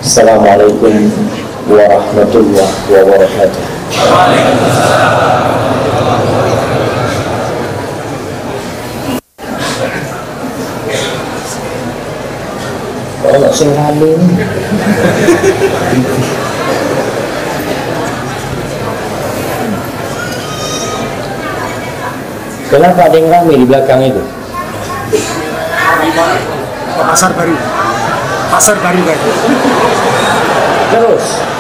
Assalamualaikum warahmatullahi wabarakatuh. Kalau sing lalu kenapa ada yang ramai di belakang itu? Pasar baru kan. Terus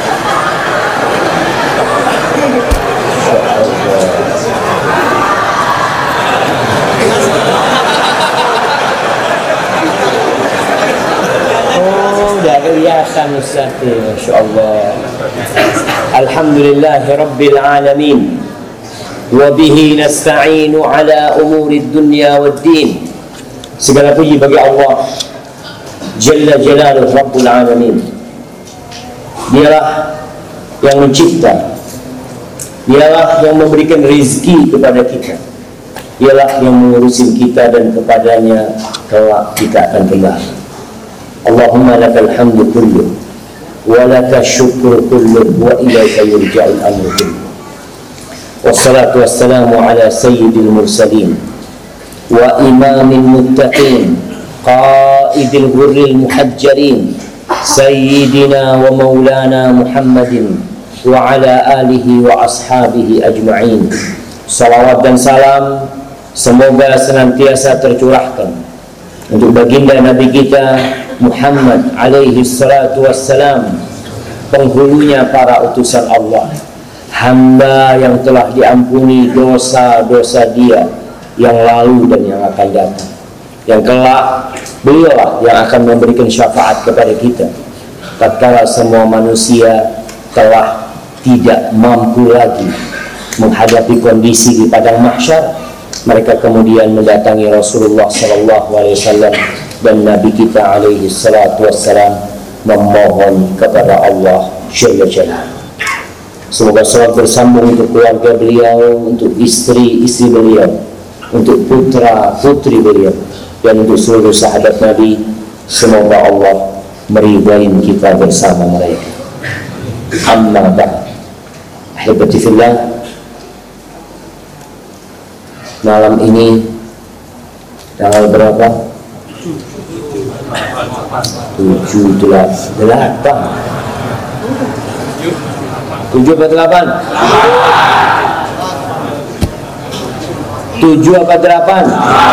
udah kelihatan Ustaz, Masya Allah. Alhamdulillahi Rabbil Alamin, wabihi nasta'inu ala umuri dunya wad din. Segala puji bagi Allah Jalla Jalaluhu Rabbul Alamin. Dialah yang mencipta, dialah yang memberikan rezeki kepada kita, dialah yang mengurusin kita, dan kepadanya kelak kita akan kembali. Allahumma lakal hamdu kullu wa laka syukru kullu wa ilaika yurja'ul amru kullu. Wassalatu wassalamu ala sayyidil mursalin wa imamil muttaqin qaidil ghurril muhajjalin sayyidina wa maulana Muhammadin wa ala alihi wa ashabihi ajma'in. Salawat dan salam semoga senantiasa tercurahkan untuk baginda Nabi kita Muhammad alaihi salatu wassalam, penghulunya para utusan Allah, hamba yang telah diampuni dosa-dosa dia yang lalu dan yang akan datang, yang kelak beliau yang akan memberikan syafaat kepada kita tatkala semua manusia telah tidak mampu lagi menghadapi kondisi di padang mahsyar. Mereka kemudian mendatangi Rasulullah SAW dan Nabi kita alaihi salatu wassalam memohon kepada Allah Jalla Jalaluhu. Semoga salat bersambung untuk keluarga beliau, untuk istri-istri beliau, untuk putra-putri beliau, dan untuk seluruh sahabat Nabi. Semoga Allah meridai kita bersama mereka. Amma ba'd. Ahibati fillah, malam ini tanggal berapa? 7 apa 8? 7 apa 8?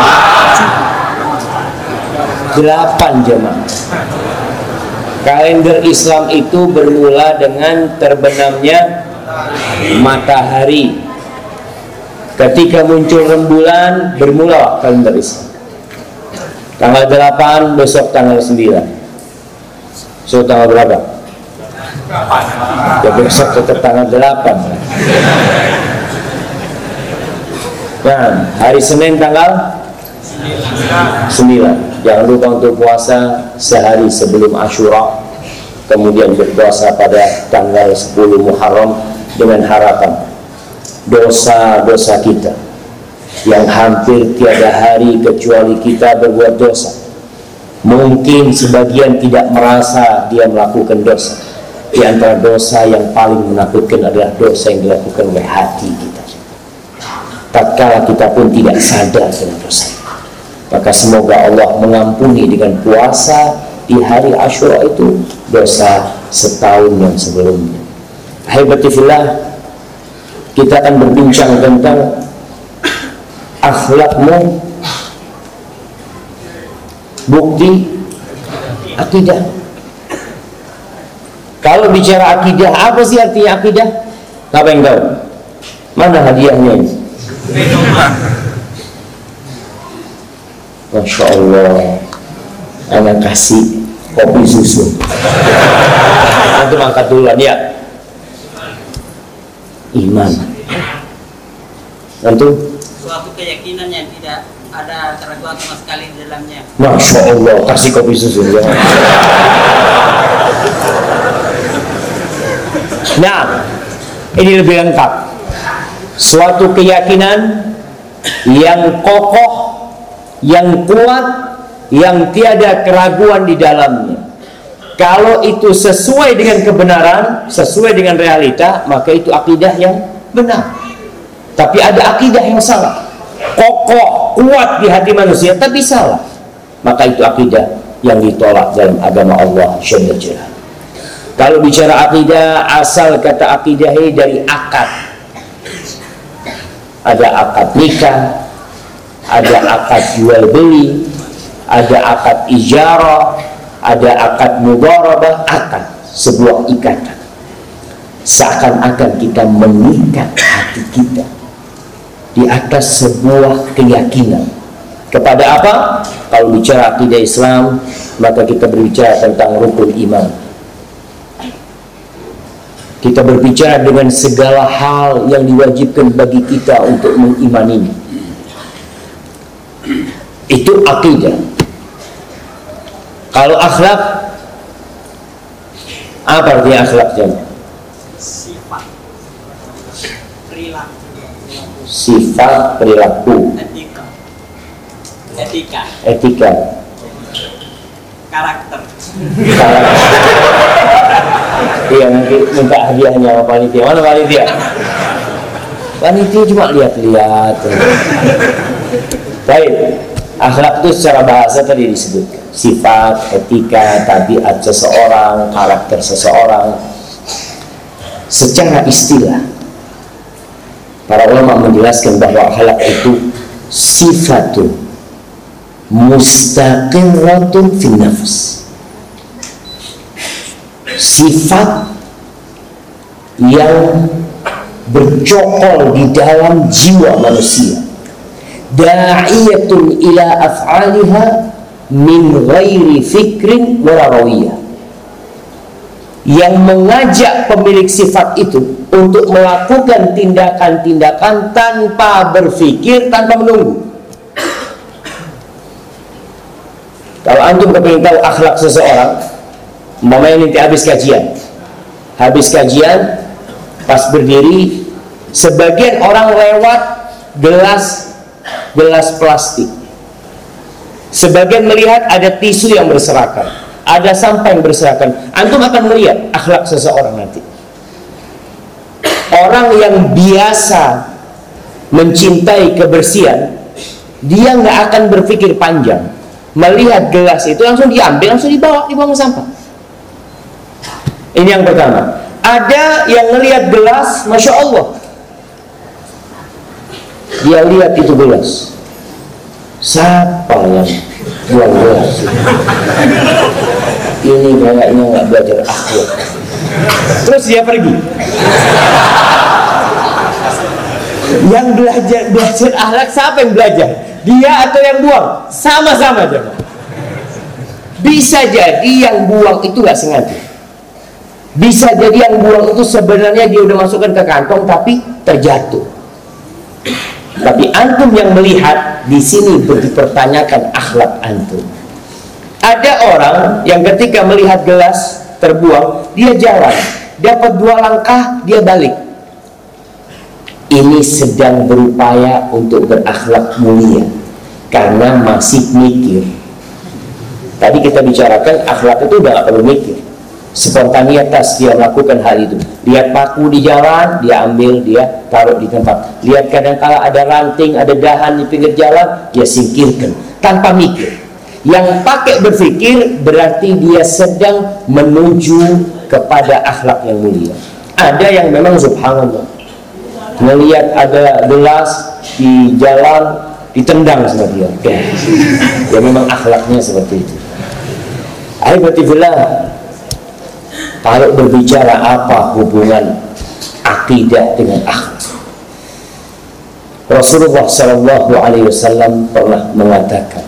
8 jemaah. Kalender Islam itu bermula dengan terbenamnya matahari. Ketika muncul rembulan, bermula kalender Islam. Tanggal 8, besok tanggal 9. So tanggal berapa? Ya besok tetap tanggal 8. Nah, hari Senin tanggal 9. Jangan lupa untuk puasa sehari sebelum Asyura, kemudian berpuasa pada tanggal 10 Muharram, dengan harapan dosa-dosa kita yang hampir tiada hari kecuali kita berbuat dosa. Mungkin sebagian tidak merasa dia melakukan dosa. Di antara dosa yang paling menakutkan adalah dosa yang dilakukan oleh hati kita. Tatkala kita pun tidak sadar dengan dosa, maka semoga Allah mengampuni dengan puasa di hari Asyura itu dosa setahun yang sebelumnya. Ahibati fillah, kita akan berbincang tentang akhlakmu bukti akidah. Kalau bicara akidah, apa sih artinya akidah? Apa yang tahu? Mana hadiahnya ini? Masya Allah, anak kasih kopi susu. Nanti angkat duluan ya. Iman. Nanti suatu keyakinan yang tidak ada keraguan sama sekali di dalamnya. Masya Allah, kasih kopi susu ya. Nah, ini lebih lengkap. Suatu keyakinan yang kokoh, yang kuat, yang tiada keraguan di dalamnya. Kalau itu sesuai dengan kebenaran, sesuai dengan realita, maka itu akidah yang benar. Tapi ada akidah yang salah, kokoh, kuat di hati manusia, tapi salah, maka itu akidah yang ditolak dalam agama Allah Jalla Jalaluhu. Kalau bicara akidah, asal kata akidah dari akad. Ada akad nikah, ada akad jual beli, ada akad ijarah, ada akad mudharabah, akad, sebuah ikatan. Seakan-akan kita mengikat hati kita di atas sebuah keyakinan. Kepada apa? Kalau bicara akidah Islam, maka kita berbicara tentang rukun iman. Kita berbicara dengan segala hal yang diwajibkan bagi kita untuk mengimaninya. Itu akidah. Kalau akhlak, apa artinya akhlak, jemaah? Sifat, perilaku. Sifat, perilaku. Etika. Karakter. Iya, nanti minta hadiahnya sama panitia. Mana panitia? Panitia cuma lihat-lihat. Baik, akhlak itu secara bahasa tadi disebutkan sifat, etika, tabiat seseorang, karakter seseorang. Secara istilah, para ulama menjelaskan bahwa akhlak itu sifatun mustaqirratun fin nafs, sifat yang bercokol di dalam jiwa manusia, da'iyatun ila af'aliha min ghairi fikrin wala rawiyah, yang mengajak pemilik sifat itu untuk melakukan tindakan-tindakan tanpa berpikir, tanpa menunggu. Kalau antum kepingin tahu akhlak seseorang, umpamanya nanti habis kajian, pas berdiri, sebagian orang lewat gelas plastik, sebagian melihat ada tisu yang berserakan, ada sampah yang berserakan. Antum akan melihat akhlak seseorang nanti. Orang yang biasa mencintai kebersihan, dia nggak akan berpikir panjang. Melihat gelas itu langsung diambil, langsung dibawa ke sampah. Ini yang pertama. Ada yang melihat gelas, Masya Allah, dia lihat itu gelas, siapa yang buang gelas ini, kayaknya nggak belajar akhlak. Terus dia pergi. Yang belajar akhlak, siapa yang belajar? Dia atau yang buang? Sama-sama aja. Bisa jadi yang buang itu nggak sengaja. Bisa jadi yang buang itu sebenarnya dia udah masukkan ke kantong tapi terjatuh. Tapi antum yang melihat di sini dipertanyakan akhlak antum. Ada orang yang ketika melihat gelas terbuang, dia jalan, dapat 2 langkah, dia balik. Ini sedang berupaya untuk berakhlak mulia karena masih mikir. Tadi kita bicarakan akhlak itu udah gak perlu mikir, spontanitas dia melakukan hal itu. Lihat paku di jalan, dia ambil, dia taruh di tempat. Lihat kadang-kala ada ranting, ada dahan di pinggir jalan, dia singkirkan tanpa mikir. Yang pakai berpikir berarti dia sedang menuju kepada akhlak yang mulia. Ada yang memang subhanallah, melihat ada gelas di jalan ditendang sama dia. Ya memang akhlaknya seperti itu. Alhamdulillah. Kalau berbicara apa hubungan akidah dengan akhlak, Rasulullah SAW pernah mengatakan,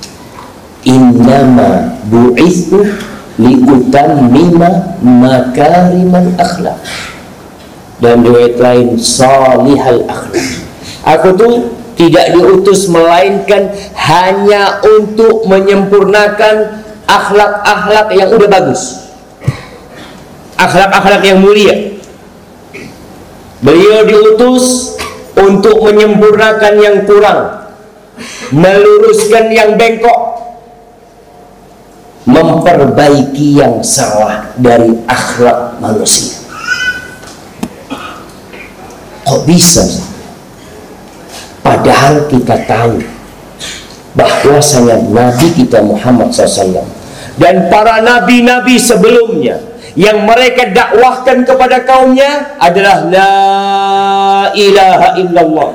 innama bu'ithu liutammima makarimal akhlak. Dan riwayat lain, salihal akhlak. Aku tuh tidak diutus melainkan hanya untuk menyempurnakan akhlak-akhlak yang udah bagus, akhlak-akhlak yang mulia. Beliau diutus untuk menyempurnakan yang kurang, meluruskan yang bengkok. memperbaiki yang salah dari akhlak manusia. Kok bisa? Padahal kita tahu bahwasanya Nabi kita Muhammad SAW dan para nabi-nabi sebelumnya yang mereka dakwahkan kepada kaumnya adalah la ilaha illallah.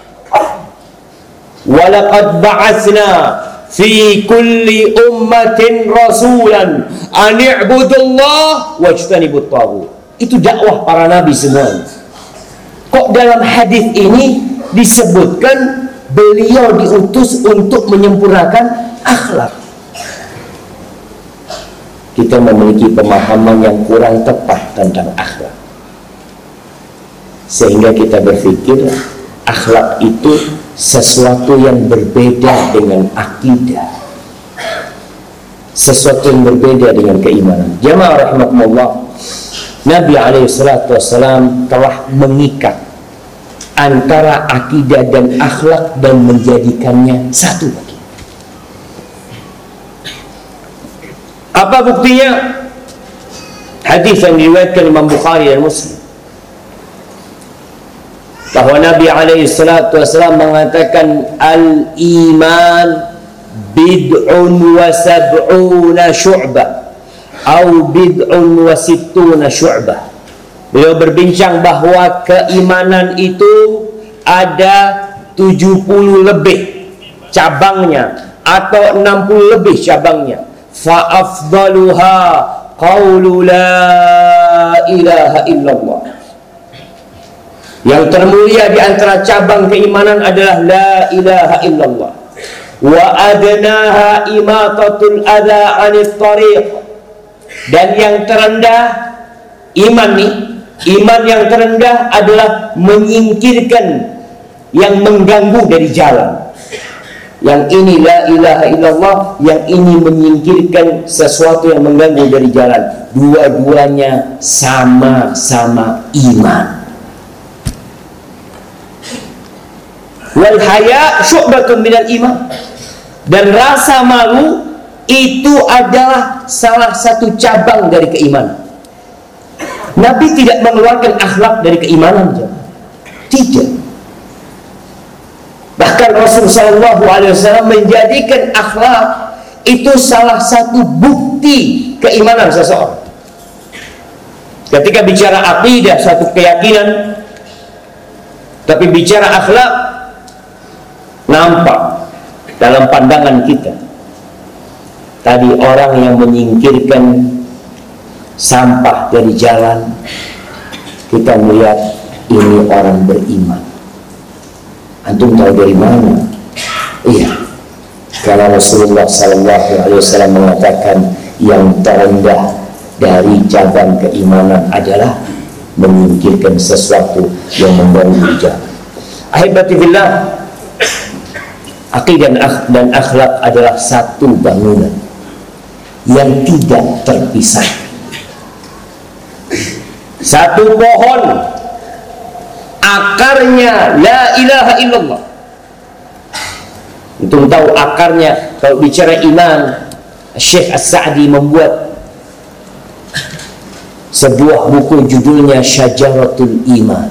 Walaqad ba'atsna fi kulli ummatin rasulan an i'budullah wajtanibut taghut. Itu dakwah para nabi semua. Kok dalam hadis ini disebutkan beliau diutus untuk menyempurnakan akhlak? Kita memiliki pemahaman yang kurang tepat tentang akhlak, sehingga kita berpikir akhlak itu sesuatu yang berbeda dengan akidah, sesuatu yang berbeda dengan keimanan. Jamaah rahimakumullah, Nabi SAW telah mengikat antara akidah dan akhlak dan menjadikannya satu lagi. Apa buktinya? Hadis yang diriwayatkan Imam Bukhari dan Muslim, bahwa Nabi SAW mengatakan al-iman bid'un wa sab'una syu'bah atau bid'un wa sittuna syu'bah. Beliau berbincang bahwa keimanan itu ada 70 lebih cabangnya atau 60 lebih cabangnya. Fa afdaluha qaulu la ilaha illallah. Yang termulia di antara cabang keimanan adalah la ilaha illallah. Wa adnaha imatatul adza 'anil tariq. Dan yang terendah iman nih, iman yang terendah adalah menyingkirkan yang mengganggu dari jalan. Yang ini la ilaha illallah, yang ini menyingkirkan sesuatu yang mengganggu dari jalan. Dua-duanya sama-sama iman. Wal haya syu'batun minal iman. Dan rasa malu itu adalah salah satu cabang dari keimanan. Nabi tidak mengeluarkan akhlak dari keimanan, tidak. Bahkan Rasulullah SAW menjadikan akhlak itu salah satu bukti keimanan seseorang. Ketika bicara akidah, satu keyakinan, tapi bicara akhlak, nampak dalam pandangan kita tadi orang yang menyingkirkan sampah dari jalan, kita melihat ini orang beriman. Antum tahu dari mana? Iya, karena Rasulullah SAW mengatakan yang terendah dari cabang keimanan adalah menyingkirkan sesuatu yang mengganggu jalan. Ahibati fillah, akidah dan akhlak adalah satu bangunan yang tidak terpisah. Satu pohon, akarnya la ilaha illallah. Untuk tahu akarnya, kalau bicara iman, Syekh As-Sa'di membuat sebuah buku judulnya Syajaratul Iman,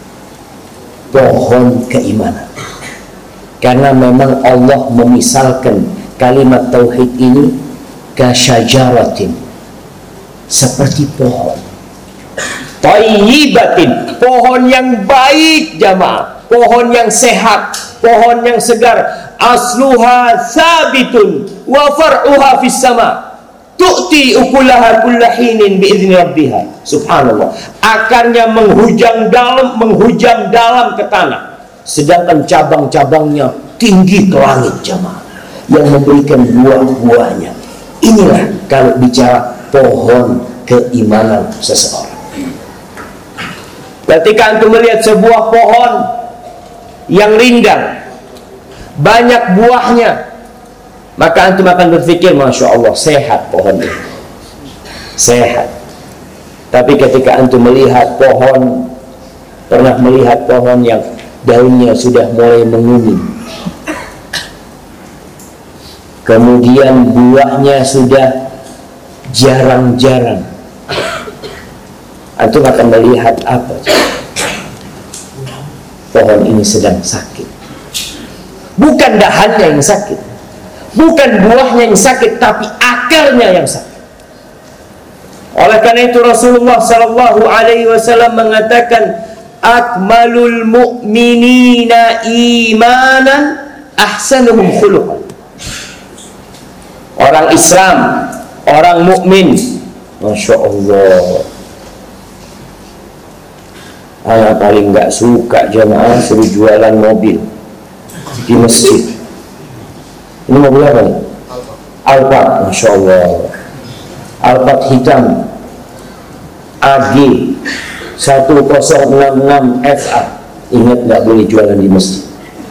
pohon keimanan. Karena memang Allah memisalkan kalimat tauhid ini kasyajaratin, seperti pohon thayyibatin, pohon yang baik jamaah, pohon yang sehat, pohon yang segar. Asluha sabitun wa far'uha fis sama, tu'ti ukulaha kullahinin biizni rabbiha. Subhanallah, akarnya menghujam dalam ke tanah, sedangkan cabang-cabangnya tinggi ke langit jamaah, yang memberikan buah-buahnya. Inilah kalau bicara pohon keimanan seseorang. Ketika antum melihat sebuah pohon yang rindang, banyak buahnya, maka antum akan berpikir, Masya Allah, sehat pohon ini, sehat. Tapi ketika antum melihat pohon, pernah melihat pohon yang daunnya sudah mulai menguning, kemudian buahnya sudah Jarang-jarang antum akan melihat apa? Pohon ini sedang sakit. Bukan dahannya yang sakit, bukan buahnya yang sakit, tapi akarnya yang sakit. Oleh karena itu Rasulullah sallallahu alaihi wasallam mengatakan, akmalul mu'minina imanan ahsanuhum khuluqan. Orang Islam, orang mukmin, Masya Allah, anak paling nggak suka jamaah suruh jualan mobil di masjid. Ini mobil apa nih? Alphard, Masya Allah, Alphard hitam AG 1066 FA. Ingat, nggak boleh jualan di masjid.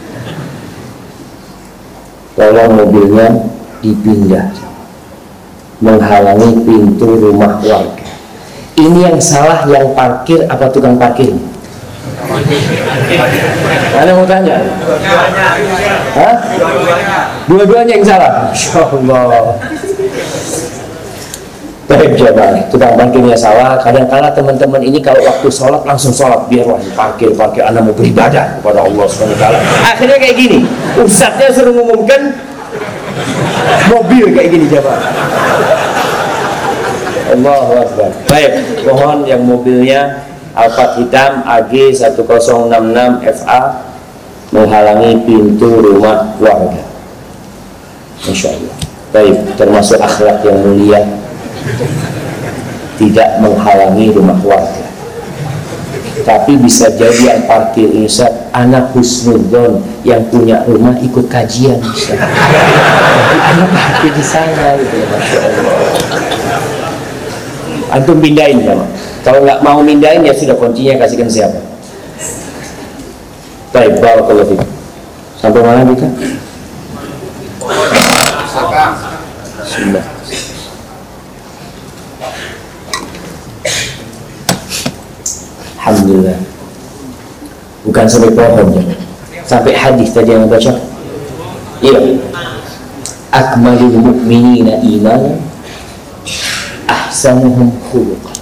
Tolong mobilnya dipindah, menghalangi pintu rumah warga. Ini yang salah yang parkir apa tukang parkir? Mana mau tanya? Hah? Dua-duanya yang salah. Masya Allah. Baik jamaah, tukang parkirnya salah. Kadang-kala teman-teman ini kalau waktu sholat langsung sholat, biar wah parkir anak mau beribadah kepada Allah SWT. Akhirnya kayak gini, ustadznya suruh ngumumkan mobil kayak gini jamaah. Allahu Akbar. Baik, mohon yang mobilnya Alphard hitam AG 1066 FA menghalangi pintu rumah warga. Masya Allah. Baik, termasuk akhlak yang mulia, tidak menghalangi rumah warga. Tapi bisa jadi yang parkir Ustaz anak husnudzon yang punya rumah ikut kajian Ustaz. Anak parkir di sana gitu ya, Masya Allah. Antum pindahin sama. Kalau nggak mau pindahin ya sudah, kuncinya kasihkan siapa. Baik, barakallahu fiik. Sampai mana kita? Bismillah. Alhamdulillah. Bukan sampai pohon ya. Sampai hadis tadi yang baca. Iya. Akmalul mu'minina imanan ahsanuhum khuluqan.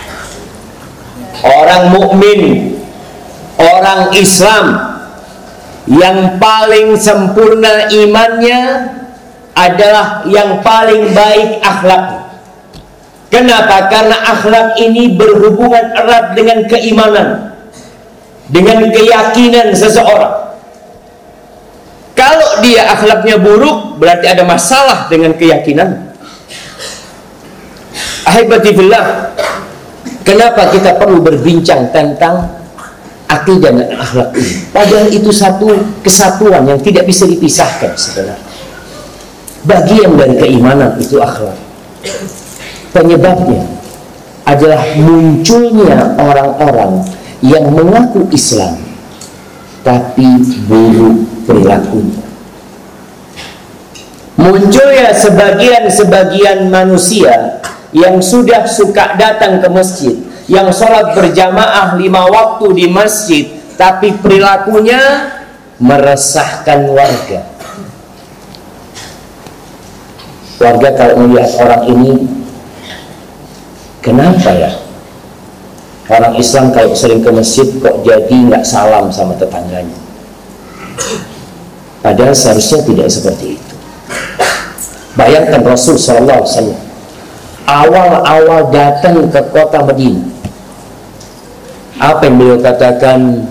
Orang mukmin, orang Islam yang paling sempurna imannya adalah yang paling baik akhlaknya. Kenapa? Karena akhlak ini berhubungan erat dengan keimanan, dengan keyakinan seseorang. Kalau dia akhlaknya buruk, berarti ada masalah dengan keyakinan. Ahibati fillah, kenapa kita perlu berbincang tentang akidah dan akhlak ini? Padahal itu satu kesatuan yang tidak bisa dipisahkan sebenarnya. Bagian dari keimanan itu akhlak. Penyebabnya adalah munculnya orang-orang yang mengaku Islam tapi buruk perilakunya. Munculnya sebagian manusia yang sudah suka datang ke masjid, yang sholat berjamaah 5 waktu di masjid, tapi perilakunya meresahkan warga. Warga kalau melihat orang ini, kenapa ya orang Islam kalau sering ke masjid kok jadi nggak salam sama tetangganya? Padahal seharusnya tidak seperti itu. Bayangkan Rasul Sallallahu Alaihi Wasallam awal-awal datang ke kota Madinah, apa yang beliau katakan?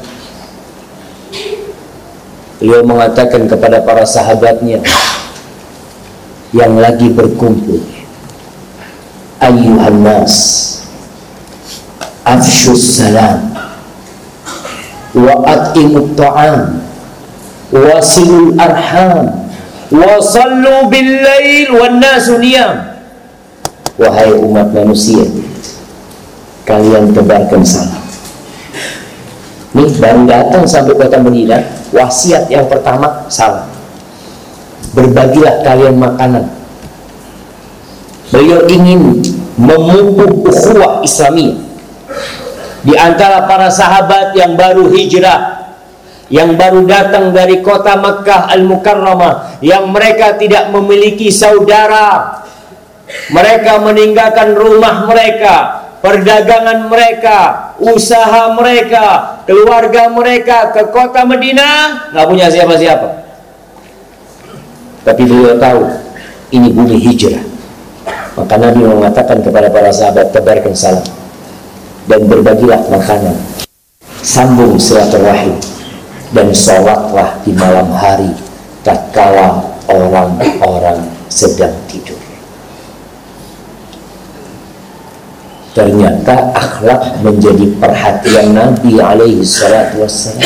Beliau mengatakan kepada para sahabatnya yang lagi berkumpul, ayyuhan nas afshus salam wa at'imut ta'am wasilul arham wa sallu bil lail wan nasu niyam. Wahai umat manusia, kalian tebarkan salam. Nih baru datang sampai kota Madinah, wasiat yang pertama salam. Berbagilah kalian makanan. Beliau ingin memupuk ukhuwah Islamiyah di antara para sahabat yang baru hijrah, yang baru datang dari kota Makkah Al-Mukarramah, yang mereka tidak memiliki saudara, Mereka meninggalkan rumah mereka, perdagangan mereka, usaha mereka, keluarga mereka ke kota Madinah, nggak punya siapa-siapa. Tapi beliau tahu ini bumi hijrah. Maka Nabi mengatakan kepada para sahabat, tebarkan salam dan berbagilah makanan, sambung silaturahim, dan sholatlah di malam hari tatkala orang-orang sedang tidur. Ternyata akhlak menjadi perhatian Nabi alaihi salatu wassalam.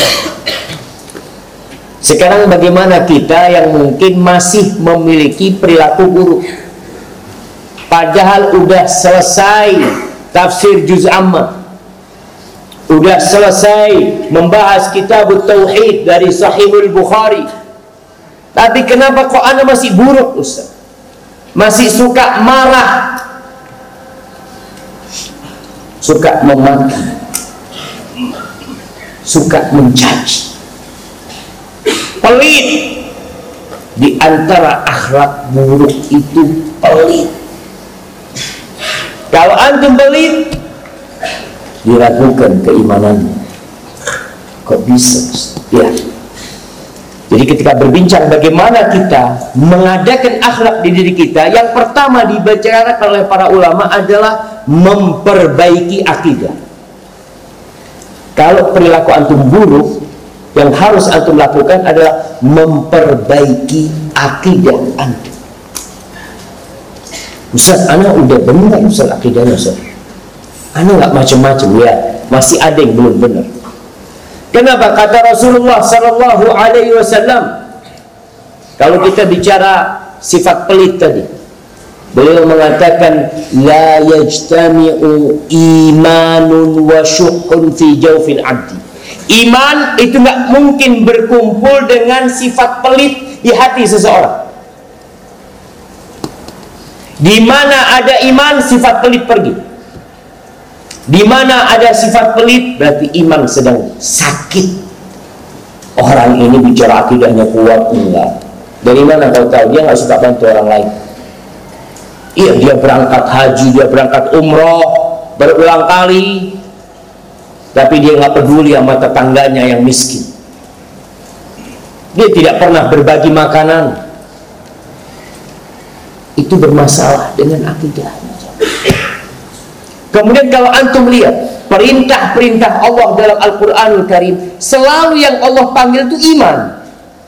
Sekarang bagaimana kita yang mungkin masih memiliki perilaku buruk, padahal udah selesai tafsir juz amma, udah selesai membahas kitab tauhid dari Sahihul Bukhari, tapi kenapa kok anda masih buruk, Ustaz? Masih suka marah, suka memaki, suka mencaci, pelit. Di antara akhlak buruk itu pelit. Kalau antum pelit, diragukan keimanannya. Kok bisa? Ya. Jadi ketika berbincang bagaimana kita mengadakan akhlak di diri kita, yang pertama dibicarakan oleh para ulama adalah memperbaiki akidah. Kalau perilaku antum buruk, yang harus antum lakukan adalah memperbaiki akidah antum. Ustaz, ana udah benar Ustaz akidahnya Ustaz. Ana nggak macam-macam, ya masih ada yang belum benar. Kenapa? Kata Rasulullah Sallallahu Alaihi Wasallam, kalau kita bicara sifat pelit tadi, beliau mengatakan la yajtami'u imanun wa syuhun fi jawfil abdi. Iman itu nggak mungkin berkumpul dengan sifat pelit di hati seseorang. Di mana ada iman, sifat pelit pergi. Di mana ada sifat pelit, berarti iman sedang sakit. Orang ini bicara akidahnya kuat, enggak. Dari mana kau tahu? Dia nggak suka bantu orang lain. Iya, dia berangkat haji, dia berangkat umroh berulang kali, tapi dia nggak peduli sama tetangganya yang miskin. Dia tidak pernah berbagi makanan. Itu bermasalah dengan akidahnya. Kemudian kalau antum lihat perintah-perintah Allah dalam Al-Quranul Karim, selalu yang Allah panggil itu iman.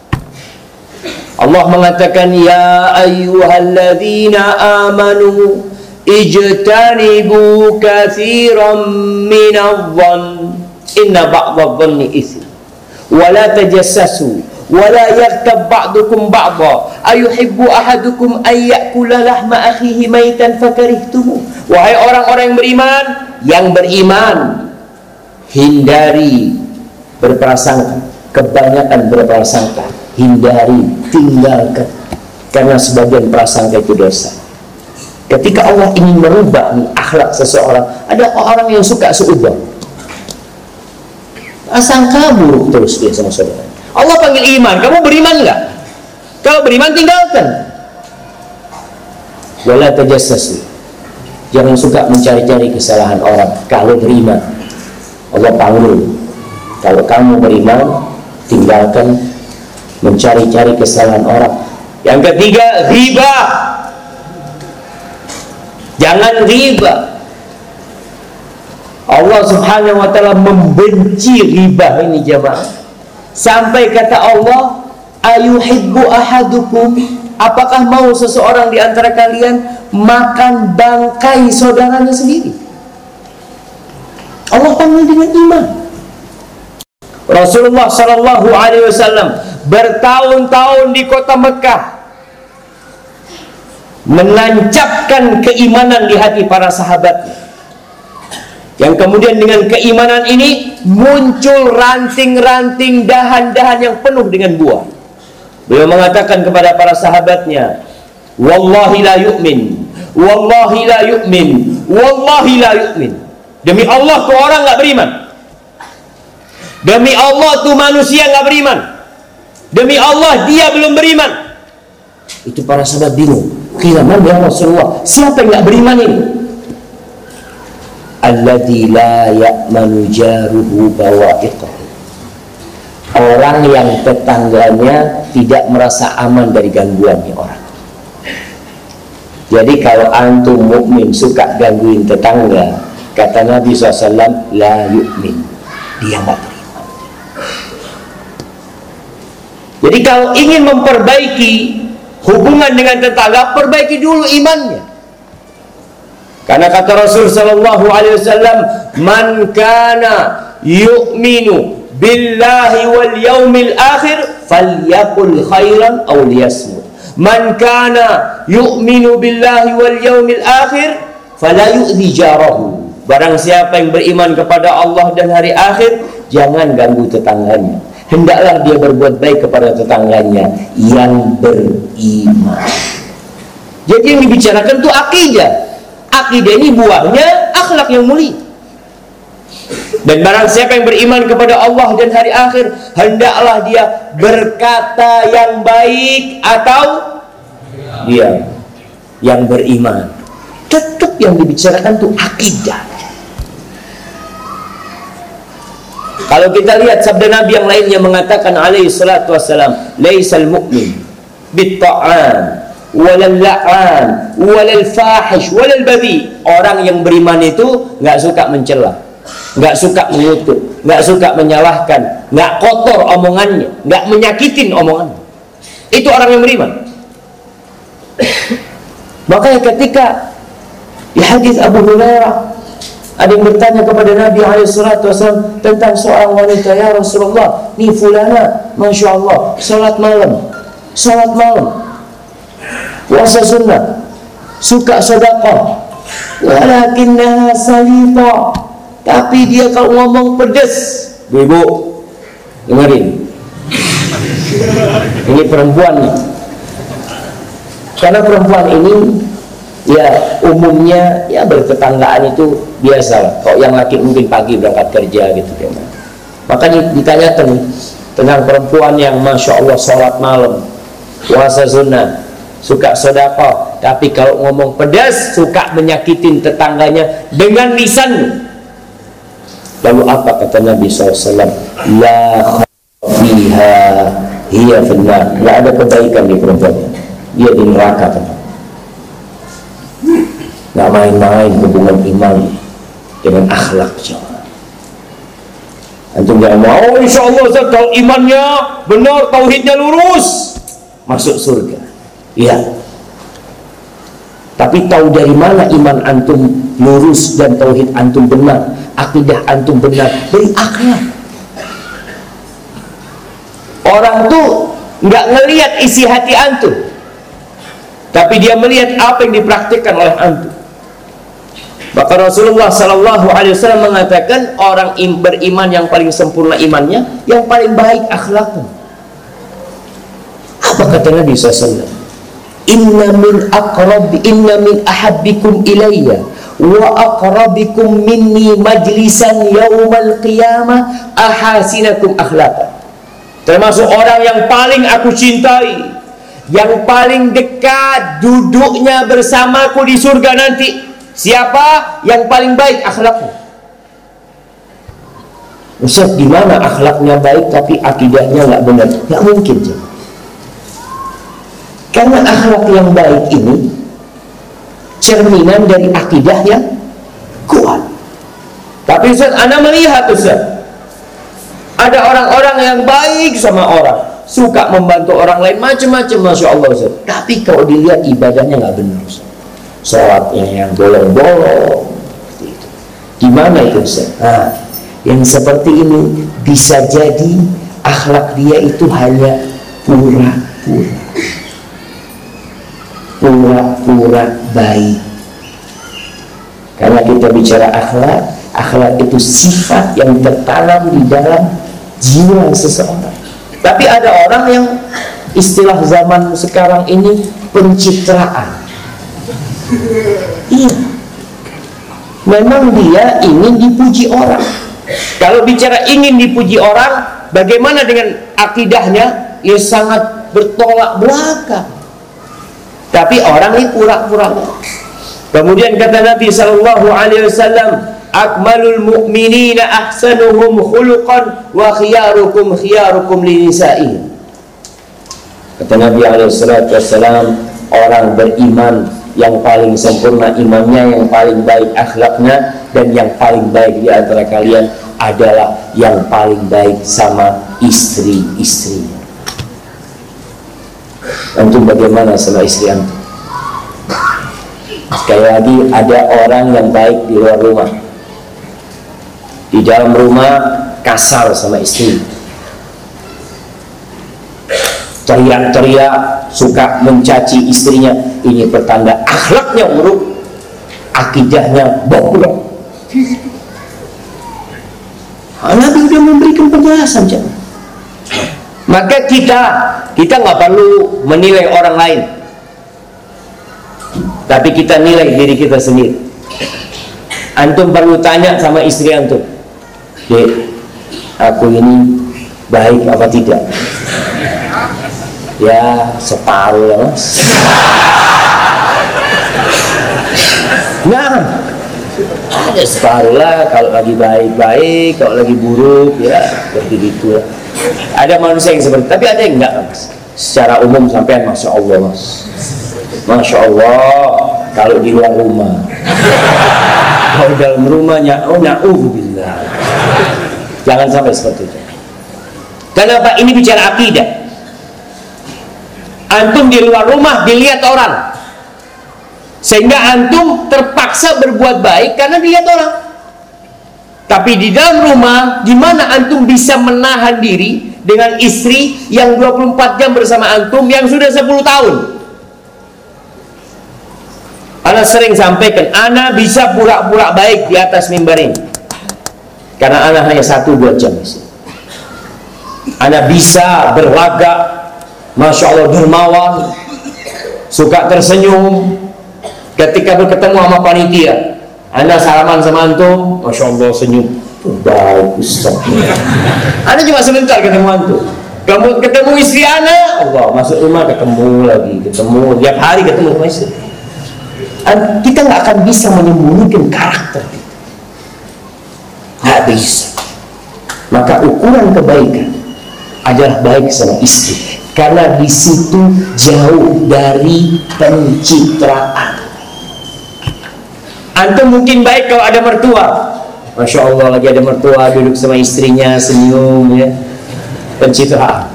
Allah mengatakan, ya ayyuhalladzina amanu ijtanibu katsiran minadh-dhann inna ba'dadh-dhanni itsm wa la tajassasu wa la yaghtab ba'dukum ba'dha ayuhibbu ahadukum ay ya'kula lahma akhihi maitan fakarihtumu. Wahai orang-orang yang beriman, hindari berprasangka, kebanyakan berprasangka, hindari, tinggalkan, karena sebagian prasangka itu dosa. Ketika Allah ingin merubah akhlak seseorang, ada orang yang suka seubah, prasangka buruk terus dia sama saudara. Allah panggil iman, kamu beriman nggak? Kalau beriman tinggalkan. Wala tajassasu, jangan suka mencari-cari kesalahan orang. Kalau beriman, Allah panggil, kalau kamu beriman, tinggalkan mencari-cari kesalahan orang. Yang ketiga, riba. Jangan riba. Allah Subhanahu wa ta'ala membenci riba ini, jemaah. Sampai kata Allah, ayuhibbu ahadukum, apakah mau seseorang di antara kalian makan bangkai saudaranya sendiri? Allah panggil dengan iman. Rasulullah Sallallahu Alaihi Wasallam bertahun-tahun di kota Mekah menancapkan keimanan di hati para sahabat, yang kemudian dengan keimanan ini muncul ranting-ranting dahan-dahan yang penuh dengan buah. Beliau mengatakan kepada para sahabatnya, wallahi la yu'min, wallahi la yu'min, wallahi la yu'min. Demi Allah tuh orang nggak beriman. Demi Allah tuh manusia nggak beriman. Demi Allah dia belum beriman. Itu para sahabat bingung. Qila man ya Rasulullah, siapa yang nggak beriman ini? Alladzi la ya'manu jaruhu bawa'iqahu, orang yang tetangganya tidak merasa aman dari gangguannya orang. Jadi kalau antum mukmin suka gangguin tetangga, kata Nabi SAW, la yu'min, dia nggak beriman. Jadi kalau ingin memperbaiki hubungan dengan tetangga, perbaiki dulu imannya. Karena kata Rasul sallallahu alaihi wasallam, "Man kana yu'minu billahi wal yaumil akhir falyaqul khairan aw liyasmut. Man kana yu'minu billahi wal yaumil akhir fala yu'dhi jarahu." Barang siapa yang beriman kepada Allah dan hari akhir, jangan ganggu tetangganya. Hendaklah dia berbuat baik kepada tetangganya yang beriman. Jadi yang dibicarakan itu akidah. Akidah ini buahnya akhlak yang mulia. Dan barang siapa yang beriman kepada Allah dan hari akhir, hendaklah dia berkata yang baik atau dia yang beriman. Tetap yang dibicarakan itu akidah. Kalau kita lihat sabda Nabi yang lainnya mengatakan alaihi salatu wassalam, laisal mu'min bitta'an walal la'an walal fahish walal badhi. Orang yang beriman itu nggak suka mencela, nggak suka mengutuk, nggak suka menyalahkan, nggak kotor omongannya, nggak menyakitin omongannya. Itu orang yang beriman. Makanya ketika di hadis Abu Hurairah, ada yang bertanya kepada Nabi SAW tentang seorang wanita, ya Rasulullah, ni fulana, Masya Allah, salat malam, puasa sunnah, suka sedekah, walakinnaha salita, tapi dia kalau ngomong pedes. Ibu, dengerin, ini perempuan nih. Karena perempuan ini ya umumnya ya bertetanggaan itu biasa. Kalau yang laki mungkin pagi berangkat kerja gitu ya. Makanya ditanyakan tentang perempuan yang Masya Allah sholat malam, puasa sunnah, suka sedekah, tapi kalau ngomong pedas suka menyakitin tetangganya dengan lisan. Lalu apa kata Nabi SAW? La khafiha hiya finnar. Tidak ada kebaikan di perempuan, dia di neraka teman. Nggak main-main hubungan iman dengan akhlak. Antum jangan mau, insya Allah kalau imannya benar, tauhidnya lurus, masuk surga. Iya. Tapi tahu dari mana iman antum lurus dan tauhid antum benar, akidah antum benar? Dari akhlak. Orang tuh nggak ngelihat isi hati antum, tapi dia melihat apa yang dipraktikkan oleh antum. Maka Rasulullah SAW mengatakan orang beriman yang paling sempurna imannya, yang paling baik akhlaknya. Apa kata Nabi SAW? Inna min ahabbikum ilayya wa aqrabikum minni majlisan yawmal qiyamah ahasinakum akhlaqan. Termasuk orang yang paling aku cintai, yang paling dekat duduknya bersamaku di surga nanti, siapa yang paling baik akhlaknya? Ustaz, di mana akhlaknya baik tapi akidahnya nggak benar? Nggak mungkin. Karena akhlak yang baik ini cerminan dari akidah yang kuat. Tapi Ustaz, Anda melihat Ustaz, ada orang-orang yang baik sama orang, suka membantu orang lain, macam-macam, Masya Allah Ustaz. Tapi kalau dilihat ibadahnya nggak benar Ustaz. Sholatnya yang bolong-bolong, gimana itu Ustaz? Nah, yang seperti ini bisa jadi akhlak dia itu hanya pura-pura baik. Karena kita bicara akhlak, akhlak itu sifat yang tertanam di dalam jiwa seseorang. Tapi ada orang yang istilah zaman sekarang ini pencitraan. Iya, memang dia ingin dipuji orang. Kalau bicara ingin dipuji orang, bagaimana dengan akidahnya? Ya sangat bertolak belakang. Tapi orang ini pura-pura. Kemudian kata Nabi SAW, akmalul mu'minina ahsanuhum khuluqan wa khiyarukum khiyarukum linisa'ihim. Kata Nabi SAW, orang beriman yang paling sempurna imannya, yang paling baik akhlaknya, dan yang paling baik di antara kalian adalah yang paling baik sama istri-istrinya. Antum bagaimana sama istri antum? Sekali lagi, ada orang yang baik di luar rumah, di dalam rumah kasar sama istri, teriak-teriak, suka mencaci istrinya. Ini pertanda akhlaknya buruk, akidahnya bobrok. Nabi sudah memberikan penjelasan, jangan. Maka kita nggak perlu menilai orang lain, tapi kita nilai diri kita sendiri. Antum perlu tanya sama istri antum, Dek, aku ini baik apa tidak? Ya separuh lah mas. Nah, ada separuh lah. Kalau lagi baik-baik, kalau lagi buruk ya seperti itu lah. Ada manusia yang seperti, tapi ada yang enggak mas. Secara umum sampean masya Allah mas, masya Allah kalau di luar rumah. Kalau dalam rumahnya, oh na'udzubillah, jangan sampai seperti itu. Kenapa? Ini bicara akidah. Antum di luar rumah dilihat orang, sehingga antum terpaksa berbuat baik karena dilihat orang. Tapi di dalam rumah, di mana antum bisa menahan diri dengan istri yang 24 jam bersama antum, yang sudah 10 tahun. Ana sering sampaikan, ana bisa pura-pura baik di atas mimbar ini karena ana hanya 1-2 jam. Ana bisa berlagak, masya Allah dermawan, suka tersenyum. Ketika berketemu sama panitia, Anda salaman sama antum, masya Allah senyum, baik Ustaz. Anda cuma sebentar ketemu antum. Kamu ketemu istri Anda, Allah masuk rumah ketemu lagi, ketemu tiap hari ketemu sama istri. Kita nggak akan bisa menyembunyikan karakter kita, nggak bisa. Maka ukuran kebaikan adalah baik sama istri, karena di situ jauh dari pencitraan. Antum mungkin baik kalau ada mertua, masya Allah lagi ada mertua duduk sama istrinya senyum ya, pencitraan.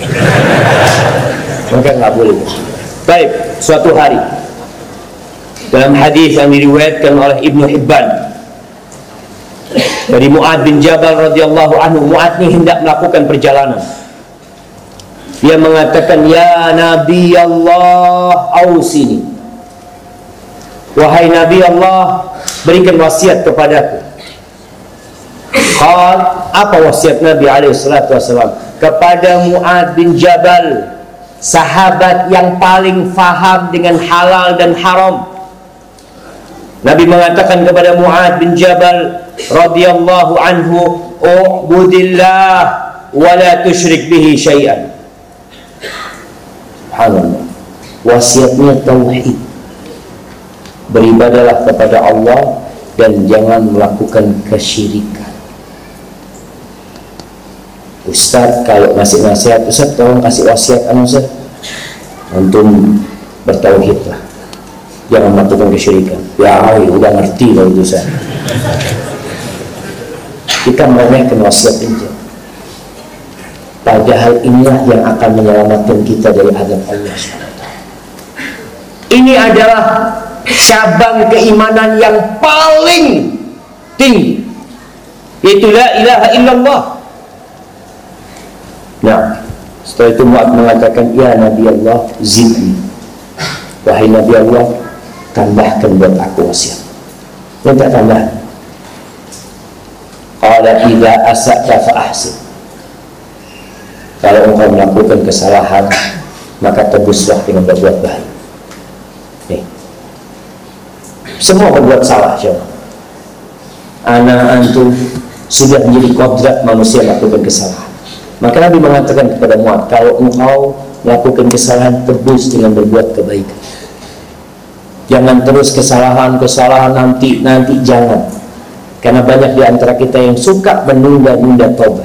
Maka nggak boleh. Baik, suatu hari dalam hadis yang diriwayatkan oleh Ibnu Hibban dari Mu'ad bin Jabal radhiyallahu anhu, Mu'ad ini hendak melakukan perjalanan. Dia mengatakan, ya Nabi Allah ausini, wahai Nabi Allah, berikan wasiat kepadaku. Qal, apa wasiat Nabi SAW kepada Mu'ad bin Jabal, sahabat yang paling faham dengan halal dan haram? Nabi mengatakan kepada Mu'ad bin Jabal radhiyallahu anhu, u'budillah wa la tusyrik bihi syai'an. Subhanallah, wasiatnya tauhid, beribadalah kepada Allah dan jangan melakukan kesyirikan. Ustaz kalau ngasih nasihat, Ustaz tolong kasih wasiat Ustaz, untuk bertauhid lah, jangan melakukan kesyirikan. Ya udah ngerti kalau itu Ustaz. Kita meremehkan wasiat itu, padahal inilah yang akan menyelamatkan kita dari azab Allah SWT. Ini adalah cabang keimanan yang paling tinggi, yaitu la ilaha illallah. Nah, setelah itu Mu'ad mengatakan, ya Nabi Allah zidni, wahai Nabi Allah, tambahkan buat aku wasiat. Minta tambahan. Qala idza asa'ta fa ahsin, kalau engkau melakukan kesalahan maka tebuslah dengan berbuat baik. Nih, semua berbuat salah, siapa? Anak antum sudah menjadi kodrat manusia melakukan kesalahan. Maka Nabi mengatakan kepada Mu'ad, kalau engkau melakukan kesalahan, tebus dengan berbuat kebaikan. Jangan terus kesalahan nanti jangan. Karena banyak di antara kita yang suka menunda-nunda taubat.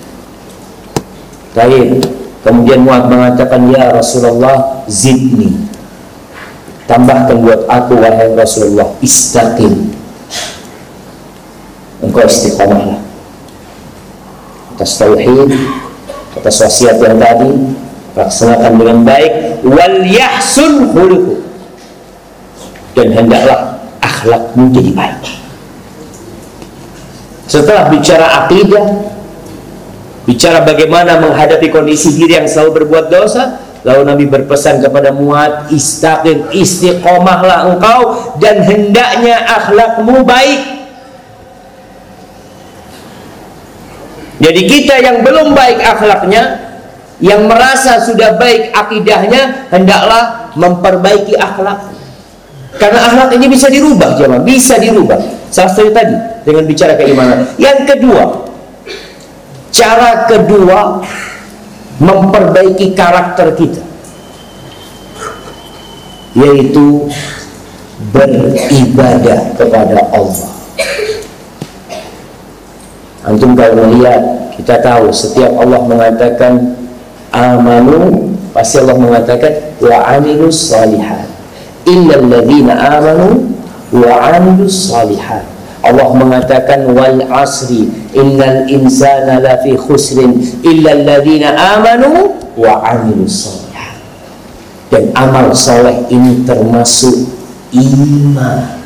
Baik. Kemudian Mu'adz mengatakan, ya Rasulullah, zidni, tambahkan buat aku wahai Rasulullah, istaqim, engkau istiqomahlah atas tauhid, atas wasiat yang tadi, laksanakan dengan baik. Wal yahsun khuluqu, dan hendaklah akhlakmu jadi baik. Setelah bicara akidah, bicara bagaimana menghadapi kondisi diri yang selalu berbuat dosa, lalu Nabi berpesan kepada Mu'adz, istaqim, istiqomahlah engkau, dan hendaknya akhlakmu baik. Jadi kita yang belum baik akhlaknya, yang merasa sudah baik akidahnya, hendaklah memperbaiki akhlak. Karena akhlak ini bisa dirubah, jemaah, bisa dirubah. Salah satu tadi dengan bicara keimanan. Yang kedua, cara kedua memperbaiki karakter kita, yaitu beribadah kepada Allah. Antum kalau melihat, kita tahu setiap Allah mengatakan amanu, pasti Allah mengatakan wa amilus shalihat, illal ladzina amanu wa amilus shalihat. Allah mengatakan wal asri innal insana lafi khusrin illal ladzina amanu wa amilus shalihat. Dan amal soleh ini termasuk iman.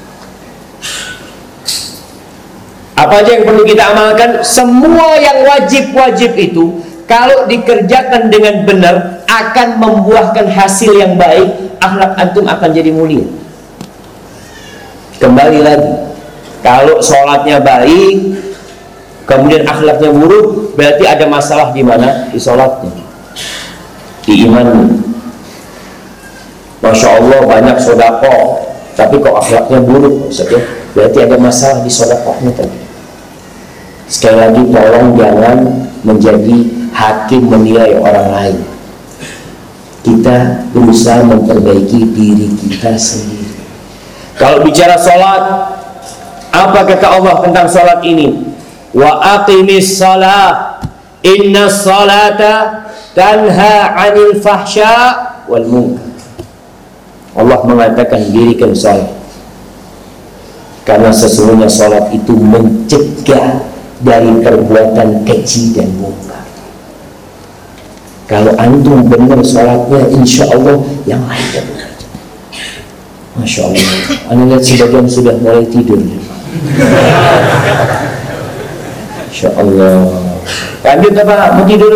Apa aja yang perlu kita amalkan? Semua yang wajib-wajib itu kalau dikerjakan dengan benar akan membuahkan hasil yang baik. Akhlak antum akan jadi mulia. Kembali lagi, kalau sholatnya baik kemudian akhlaknya buruk, berarti ada masalah di mana? Di sholatnya, di imannya. Masya Allah banyak sodako, tapi kok akhlaknya buruk, maksudnya berarti ada masalah di sodakohnya tadi. Sekali lagi, tolong jangan menjadi hakim menilai orang lain. Kita berusaha memperbaiki diri kita sendiri. Kalau bicara sholat, apa kata Allah tentang sholat ini? Wa aqimis sholat, inna sholata tanha anil fahsya wal munkar. Allah mengatakan dirikan sholat, karena sesungguhnya sholat itu mencegah dari perbuatan keji dan munkar. Kalau antum benar sholatnya, insya Allah yang lain tidak benar. Masya Allah, anda lihat sebagian sudah mulai tidur. Masya Allah. Lanjut apa? Mau tidur?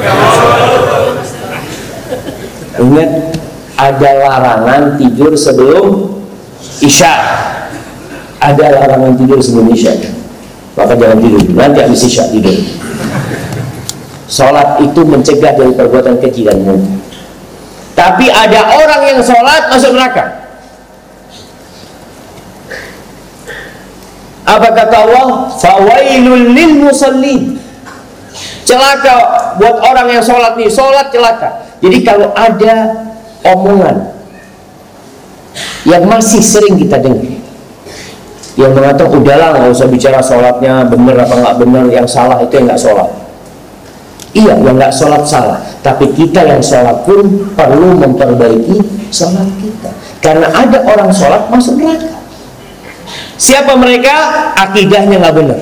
Ingat, ada larangan tidur sebelum Isya. Ada larangan tidur sebelum Isya. Maka jangan tidur, nanti habis Isya tidur. Sholat itu mencegah dari perbuatan keji dan munkar. Tapi ada orang yang sholat masuk neraka. Apa kata Allah? Fawailul lil musallin. Celaka buat orang yang sholat nih, sholat celaka. Jadi kalau ada omongan yang masih sering kita dengar, yang mengatakan udahlah nggak usah bicara sholatnya bener apa nggak bener, yang salah itu yang nggak sholat. Iya, yang nggak sholat salah, tapi kita yang sholat pun perlu memperbaiki sholat kita, karena ada orang sholat masuk neraka. Siapa mereka? Akidahnya nggak benar.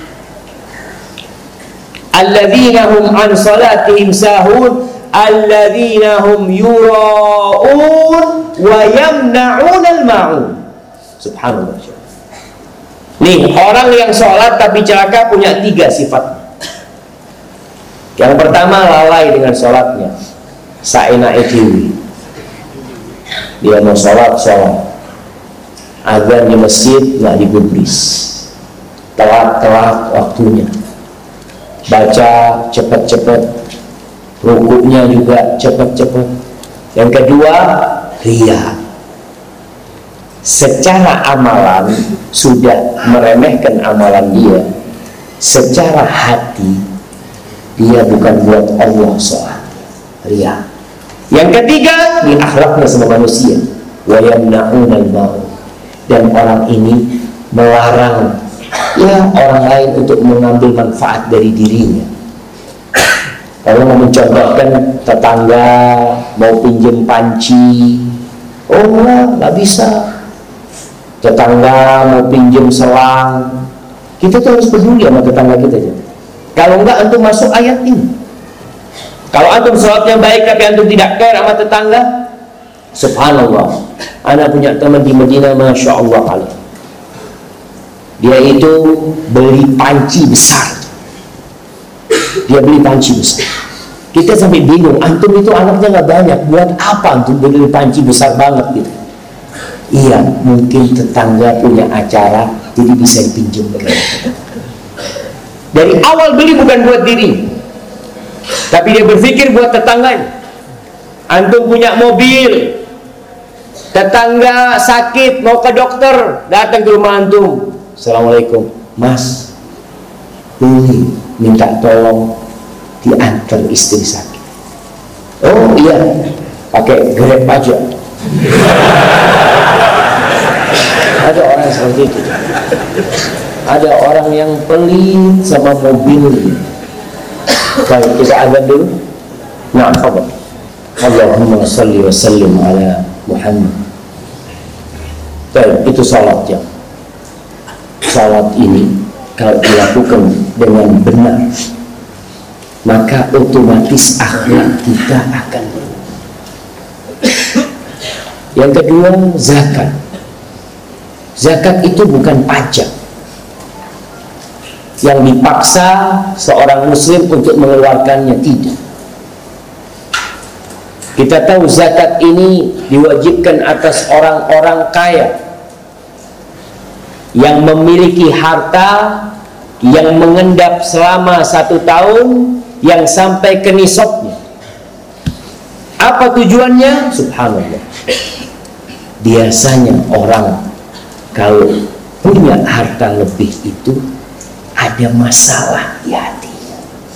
Alladzina hum an sholatihim sahun, alladzina hum yura'un wa yamna'un al-ma'un. Subhanallah. Nih, orang yang sholat tapi celaka punya 3 sifat. Yang pertama, lalai dengan sholatnya, saenake dhewe. Dia mau sholat, azan di masjid nggak digubris, telat waktunya, baca cepet-cepet, rukuknya juga cepet-cepet. Yang kedua, riya. Secara amalan sudah meremehkan amalan dia, secara hati dia bukan buat Allah sholat, ria. Yang ketiga, ini akhlaknya sama manusia. wa yamna'unal ma'ruf, dan orang ini melarang orang lain untuk mengambil manfaat dari dirinya. Kalau mau mencontohkan, tetangga mau pinjam panci, nggak bisa. Tetangga mau pinjam selang, kita tuh harus peduli sama tetangga kita aja. Kalau enggak, antum masuk ayat ini. Kalau antum sholatnya baik tapi antum tidak care sama tetangga, subhanallah. Ana punya teman di Madinah, masya Allah kali. Dia itu beli panci besar. Dia beli panci besar. Kita sampai bingung, antum itu anaknya nggak banyak, buat apa antum beli panci besar banget gitu? Iya, mungkin tetangga punya acara, jadi bisa dipinjam. Dari awal beli bukan buat diri, tapi dia berpikir buat tetangganya. Antum punya mobil, tetangga sakit mau ke dokter, datang ke rumah antum. Assalamualaikum, Mas, ini minta tolong diantar istri sakit. Oh iya, pakai Grab aja. Ada orang seperti itu. Ada orang yang pelit sama mobil. Baik, kita azan dulu. Nah, khabar. Allahumma salli wa sallim ala Muhammad. Baik, itu salat ya. Salat ini kalau dilakukan dengan benar, maka otomatis akhlak kita akan berubah. Yang kedua, zakat. Zakat itu bukan pajak yang dipaksa seorang muslim untuk mengeluarkannya, tidak. Kita tahu zakat ini diwajibkan atas orang-orang kaya yang memiliki harta yang mengendap selama 1 tahun yang sampai ke nisabnya. Apa tujuannya? Subhanallah. Biasanya orang kalau punya harta lebih itu ada masalah di hatinya.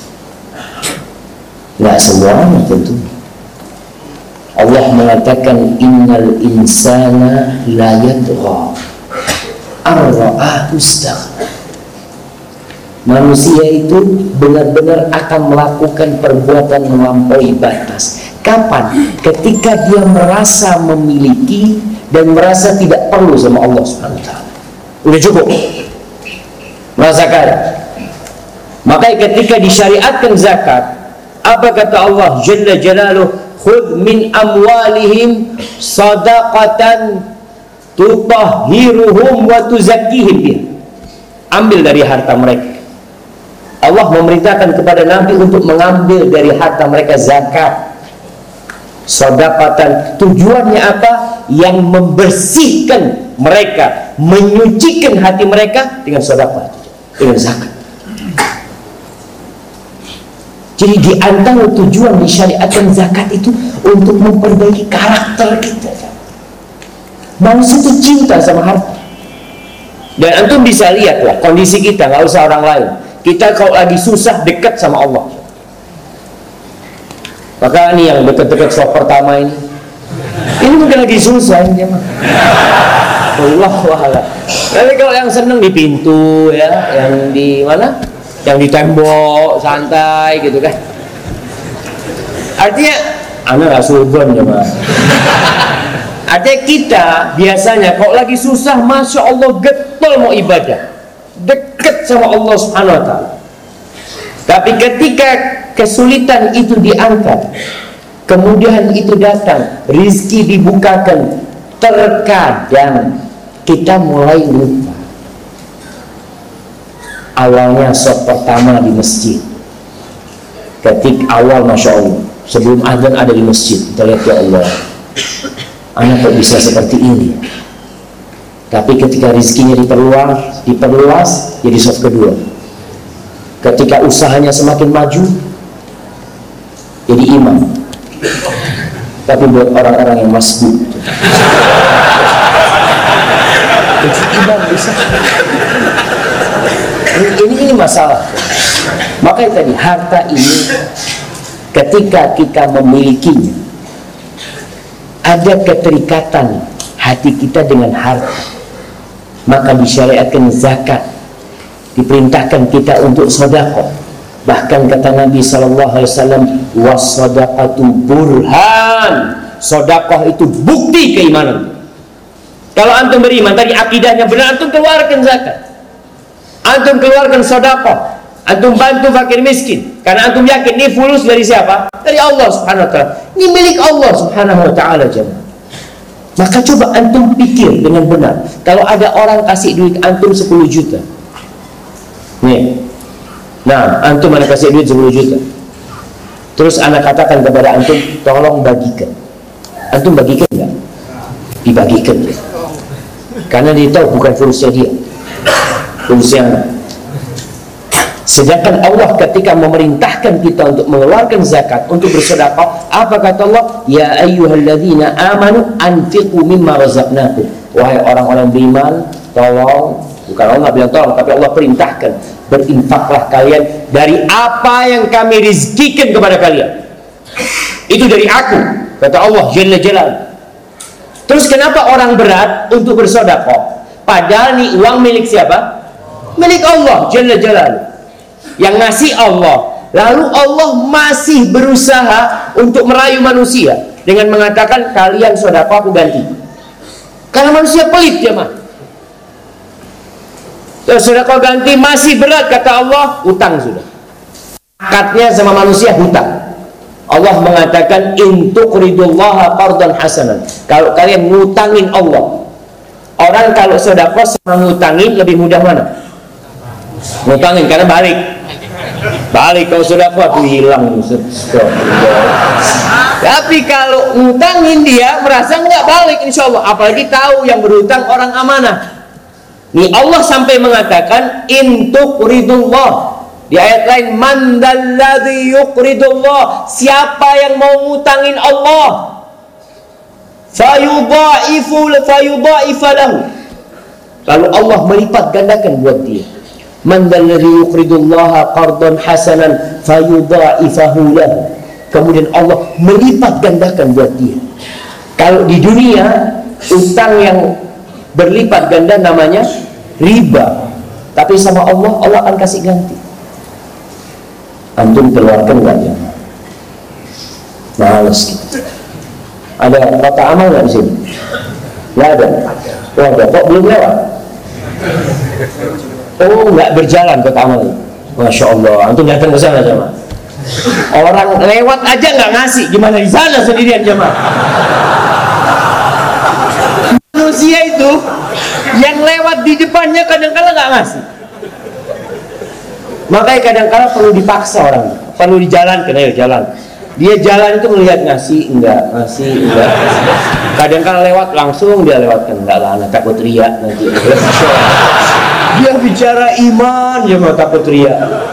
Nggak semuanya tentu. Allah mengatakan innal insana la yatgha ar-ra'ahu istaghna. Manusia itu benar-benar akan melakukan perbuatan melampaui batas. Kapan? Ketika dia merasa memiliki dan merasa tidak perlu sama Allah Subhanahu wa taala. Udah cukup. Merasa kaya. Maka ketika disyariatkan zakat, apa kata Allah Jalla Jalaluhu? Khudh min amwalihim sadaqatan tutahhiruhum wa tuzakkihim biha. Ambil dari harta mereka. Allah memerintahkan kepada Nabi untuk mengambil dari harta mereka zakat. Sedekatan, tujuannya apa? Yang membersihkan mereka, menyucikan hati mereka dengan sedekah, dengan zakat. Jadi di antara tujuan disyariatkan zakat itu untuk memperbaiki karakter kita. Manusia itu cinta sama harta. Dan antum bisa lihat lah kondisi kita, nggak usah orang lain. Kita kalau lagi susah dekat sama Allah. Maka ini yang dekat-dekat sholat pertama ini mungkin lagi susah ini mah. Wallahualam. Tapi kalau yang seneng di pintu ya, yang di mana? Yang di tembok santai gitu kan. Artinya anak gak sugon ya mas. Artinya kita biasanya kalau lagi susah, masya Allah getol mau ibadah, dekat sama Allah Subhanahu wa taala. Tapi ketika kesulitan itu diangkat, kemudian itu datang, rizki dibukakan, terkadang kita mulai lupa. Awalnya sholat pertama di masjid, ketika awal masya Allah sebelum azan ada di masjid, kita lihat ya Allah, anak kok bisa seperti ini. Tapi ketika rizkinya diperluas jadi sholat kedua. Ketika usahanya semakin maju jadi imam. Tapi buat orang-orang yang masbuk jadi imam bisa. Ini masalah. Makanya tadi harta ini ketika kita memilikinya ada keterikatan hati kita dengan harta, maka disyariatkan zakat, diperintahkan kita untuk sedekah. Bahkan kata Nabi SAW, was-sadaqatu burhan, sedekah itu bukti keimanan. Kalau antum beriman, tadi akidahnya benar, antum keluarkan zakat, antum keluarkan sedekah, antum bantu fakir miskin, karena antum yakin ini fulus dari siapa? Dari Allah Subhanahu wa taala. Ini milik Allah Subhanahu wa taala, jemaah. Maka coba antum pikir dengan benar. Kalau ada orang kasih duit antum 10 juta. Nih. Nah, antum ada kasih duit 10 juta. Terus anak katakan kepada antum, tolong bagikan. Antum bagikan enggak? Dibagikan ya. Karena dia tahu bukan fulusnya dia, fulusnya anak. Sedangkan Allah ketika memerintahkan kita untuk mengeluarkan zakat, untuk bersedekah, apa kata Allah? Ya ayyuhalladzina amanu anfiqu mimma razaqnakum. Wahai orang-orang beriman, tolong, bukan Allah bilang tolong, tapi Allah perintahkan, berinfaklah kalian dari apa yang kami rizkikan kepada kalian. Itu dari aku, kata Allah Jalla Jalaluhu. Terus kenapa orang berat untuk bersedekah? Padahal nih uang milik siapa? Milik Allah Jalla Jalaluhu. Yang ngasih Allah. Lalu Allah masih berusaha untuk merayu manusia dengan mengatakan kalian sedekah aku ganti. Karena manusia pelit ya mah. Sedekah ganti masih berat, kata Allah, utang sudah. Akadnya sama manusia hutang. Allah mengatakan in tuqridullaha qardan hasanan. Kalau kalian ngutangin Allah. Orang kalau sedekah sama ngutangin lebih mudah mana? Ngutangin karena balik. Balik kalau sedekah tuh hilang. Tapi kalau ngutangin dia merasa nggak balik insyaallah. Apalagi tahu yang berhutang orang amanah. Nih Allah sampai mengatakan in tuqridullah. Di ayat lain, man dalladzi yuqridullah, siapa yang mau ngutangin Allah, fayudha'ifu lahu, lalu Allah melipat gandakan buat dia. Man dalladzi yuqridullaha qardan hasanan fayudha'ifahu lahu. Kemudian Allah melipat gandakan buat dia. Kalau di dunia utang yang berlipat ganda namanya riba, tapi sama Allah, Allah akan kasih ganti. Antum keluarkan nggak ya? Males gitu. Ada kota amal nggak di sini? Nggak ada. Oh ada. Kok belum lewat? Oh nggak berjalan kota amal. Masya Allah. Antum datang ke sana jemaah. Orang lewat aja nggak ngasih. Gimana di sana sendirian jemaah? Manusia itu yang lewat di depannya kadang-kadang nggak ngasih. Makanya kadang-kadang perlu dipaksa orang, perlu dijalankan, ayo jalan. Dia jalan itu melihat ngasih, enggak, ngasih, enggak. Kadang-kadang lewat langsung dia lewatkan, enggak lah, anak takut riak nanti. Dia bicara iman, dia mau takut riak.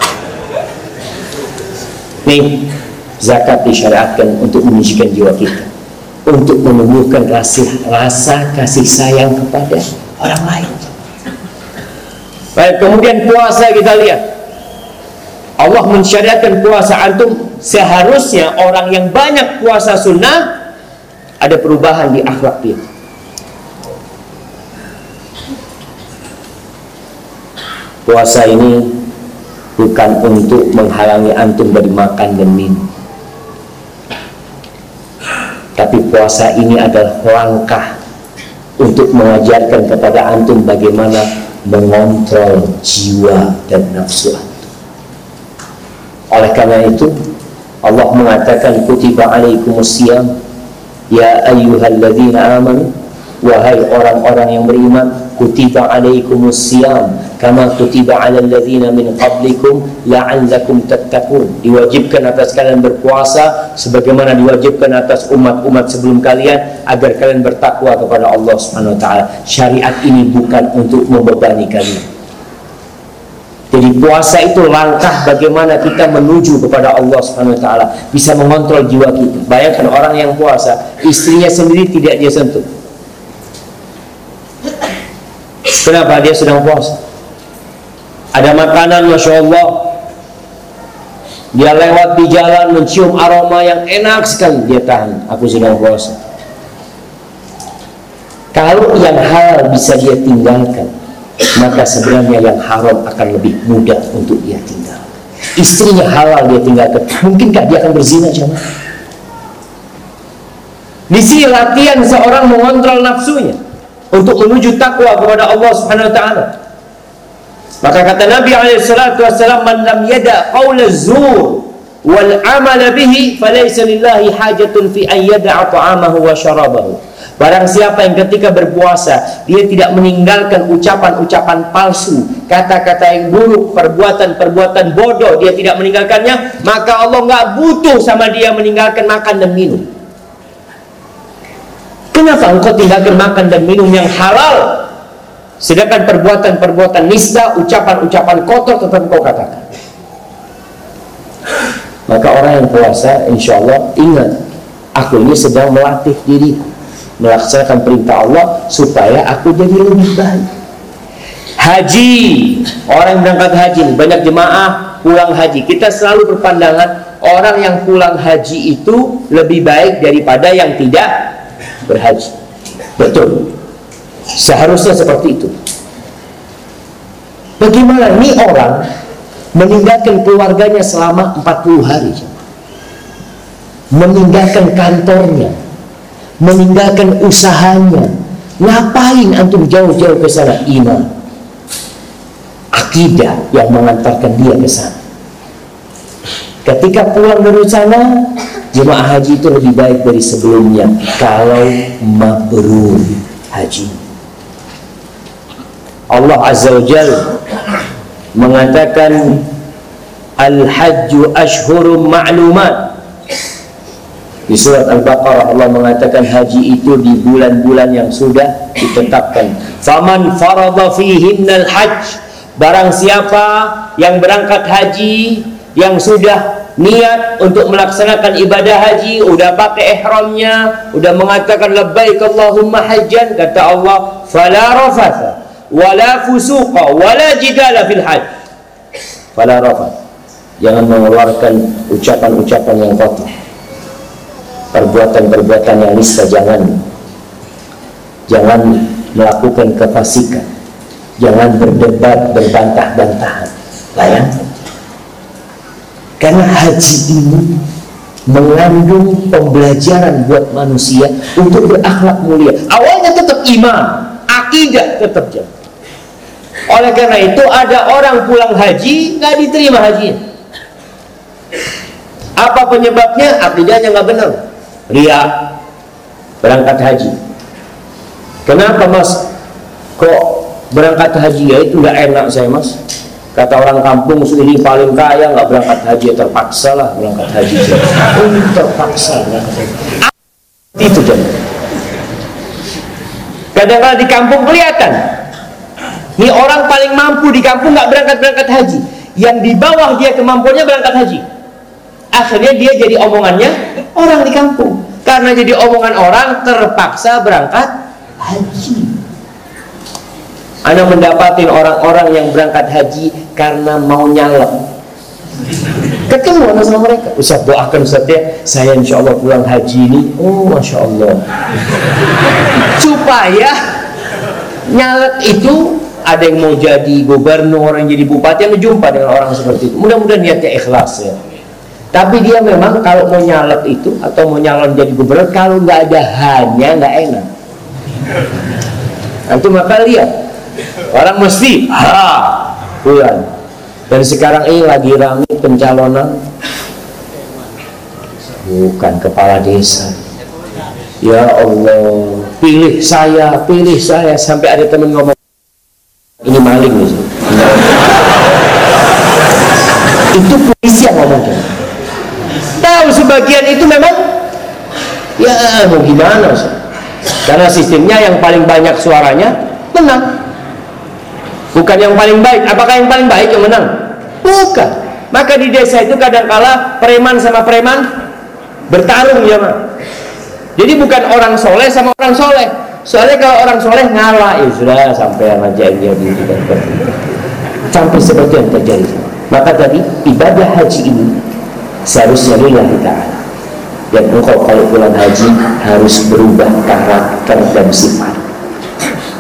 Nih, zakat disyariatkan untuk menyucikan jiwa kita, untuk menumbuhkan rasa kasih sayang kepada orang lain. Baik, kemudian puasa kita lihat. Allah mensyariatkan puasa antum, seharusnya orang yang banyak puasa sunnah ada perubahan di akhlak dia. Puasa ini bukan untuk menghalangi antum dari makan dan minum, tapi puasa ini adalah langkah untuk mengajarkan kepada antum bagaimana mengontrol jiwa dan nafsu antum. Oleh karena itu Allah mengatakan kutiba alaikumusiyam ya ayyuhalladzina amanu, wahai orang-orang yang beriman, kutiba alaikumusiyam kama kutiba alal ladzina min qablikum la'allakum tattaqun. Diwajibkan atas kalian berpuasa sebagaimana diwajibkan atas umat-umat sebelum kalian agar kalian bertakwa kepada Allah Subhanahu wa taala. Syariat ini bukan untuk membebani kalian. Jadi puasa itu langkah bagaimana kita menuju kepada Allah Subhanahu wa taala, bisa mengontrol jiwa kita. Bayangkan orang yang puasa, istrinya sendiri tidak dia sentuh. Kenapa? Dia sedang puasa. Ada makanan, Masya Allah, dia lewat di jalan mencium aroma yang enak sekali, dia tahan. Aku sedang puasa. Kalau yang halal bisa dia tinggalkan, maka sebenarnya yang haram akan lebih mudah untuk dia tinggal. Istrinya halal dia tinggalkan, mungkinkah dia akan berzina jemaah? Di sini latihan seorang mengontrol nafsunya untuk menuju takwa kepada Allah Subhanahu wa taala. Maka kata Nabi SAW, "Man lam yada' qaula zur wal 'amala bihi, falaysa lillahi hajatun fi an yada'a ta'amahu wa syarabahu." Barang siapa yang ketika berpuasa dia tidak meninggalkan ucapan-ucapan palsu, kata-kata yang buruk, perbuatan-perbuatan bodoh, dia tidak meninggalkannya, maka Allah nggak butuh sama dia meninggalkan makan dan minum. Kenapa engkau tinggalkan makan dan minum yang halal, sedangkan perbuatan-perbuatan nista, ucapan-ucapan kotor tetap engkau katakan? Maka orang yang puasa, insya Allah ingat, aku ini sedang melatih diriku melaksanakan perintah Allah supaya aku jadi lebih baik. Haji, orang yang berangkat haji, banyak jemaah pulang haji. Kita selalu berpandangan orang yang pulang haji itu lebih baik daripada yang tidak berhaji. Betul, seharusnya seperti itu. Bagaimana nih orang meninggalkan keluarganya selama 40 hari, meninggalkan kantornya, meninggalkan usahanya? Ngapain antum jauh-jauh ke sana? Iman, akidah yang mengantarkan dia ke sana. Ketika pulang dari sana, jemaah haji itu lebih baik dari sebelumnya kalau mabrur haji. Allah Azza wa Jalla mengatakan al-hajju ashhurum ma'lumat. Di surat Al-Baqarah Allah mengatakan haji itu di bulan-bulan yang sudah ditetapkan. Faman farada fihinnal hajj, barang siapa yang berangkat haji, yang sudah niat untuk melaksanakan ibadah haji, udah pakai ihramnya, udah mengatakan labbaik Allahumma hajjan, kata Allah, fala rafatha wala fusuqa wala jidala fil hajj. Fala rafath, jangan mengeluarkan ucapan-ucapan yang kotor, perbuatan-perbuatan yang nista, jangan melakukan kefasikan, jangan berdebat, berbantah-bantahan. Bayangkan, karena haji ini mengandung pembelajaran buat manusia untuk berakhlak mulia. Awalnya tetap iman, akidah tetap jalan. Oleh karena itu ada orang pulang haji nggak diterima hajinya. Apa penyebabnya? Akidahnya nggak benar, ria, berangkat haji. Kenapa mas kok berangkat haji? Ya itu nggak enak saya mas. Kata orang kampung ini paling kaya nggak berangkat haji, ya terpaksa lah berangkat haji. Terpaksa itu jadi. Kadang-kadang di kampung kelihatan nih orang paling mampu di kampung nggak berangkat haji, yang di bawah dia kemampuannya berangkat haji. Akhirnya dia jadi omongannya orang di kampung. Karena jadi omongan orang, terpaksa berangkat haji. Anda mendapatin orang-orang yang berangkat haji karena mau nyalek. Ketemu sama mereka, Ustaz doakan Ustaz ya, saya insya Allah pulang haji ini, oh masya Allah. Supaya nyalek itu, ada yang mau jadi gubernur, yang jadi bupati, yang jumpa dengan orang seperti itu. Mudah-mudahan niatnya ikhlas ya. Tapi dia memang kalau mau nyalek itu atau mau nyalon jadi gubernur, kalau nggak ada hanya nggak enak. Nanti maka lihat orang mesti pulang. Dan sekarang ini lagi ramai pencalonan, bukan kepala desa. Ya Allah, pilih saya, sampai ada teman ngomong ini maling nih. Itu polisi yang ngomongnya. Tahu sebagian itu memang ya mau gimana sih? Karena sistemnya yang paling banyak suaranya menang, bukan yang paling baik. Apakah yang paling baik yang menang? Bukan. Maka di desa itu kadangkala preman sama preman bertarung ya mak. Jadi bukan orang soleh sama orang soleh. Soalnya kalau orang soleh ngalah, ya sudah sampai aja dia diri dan sampai seperti yang terjadi. Maka tadi ibadah haji ini seharusnya lillahi ta'ala. Dan engkau kalau pulang haji harus berubah karakter dan sifat.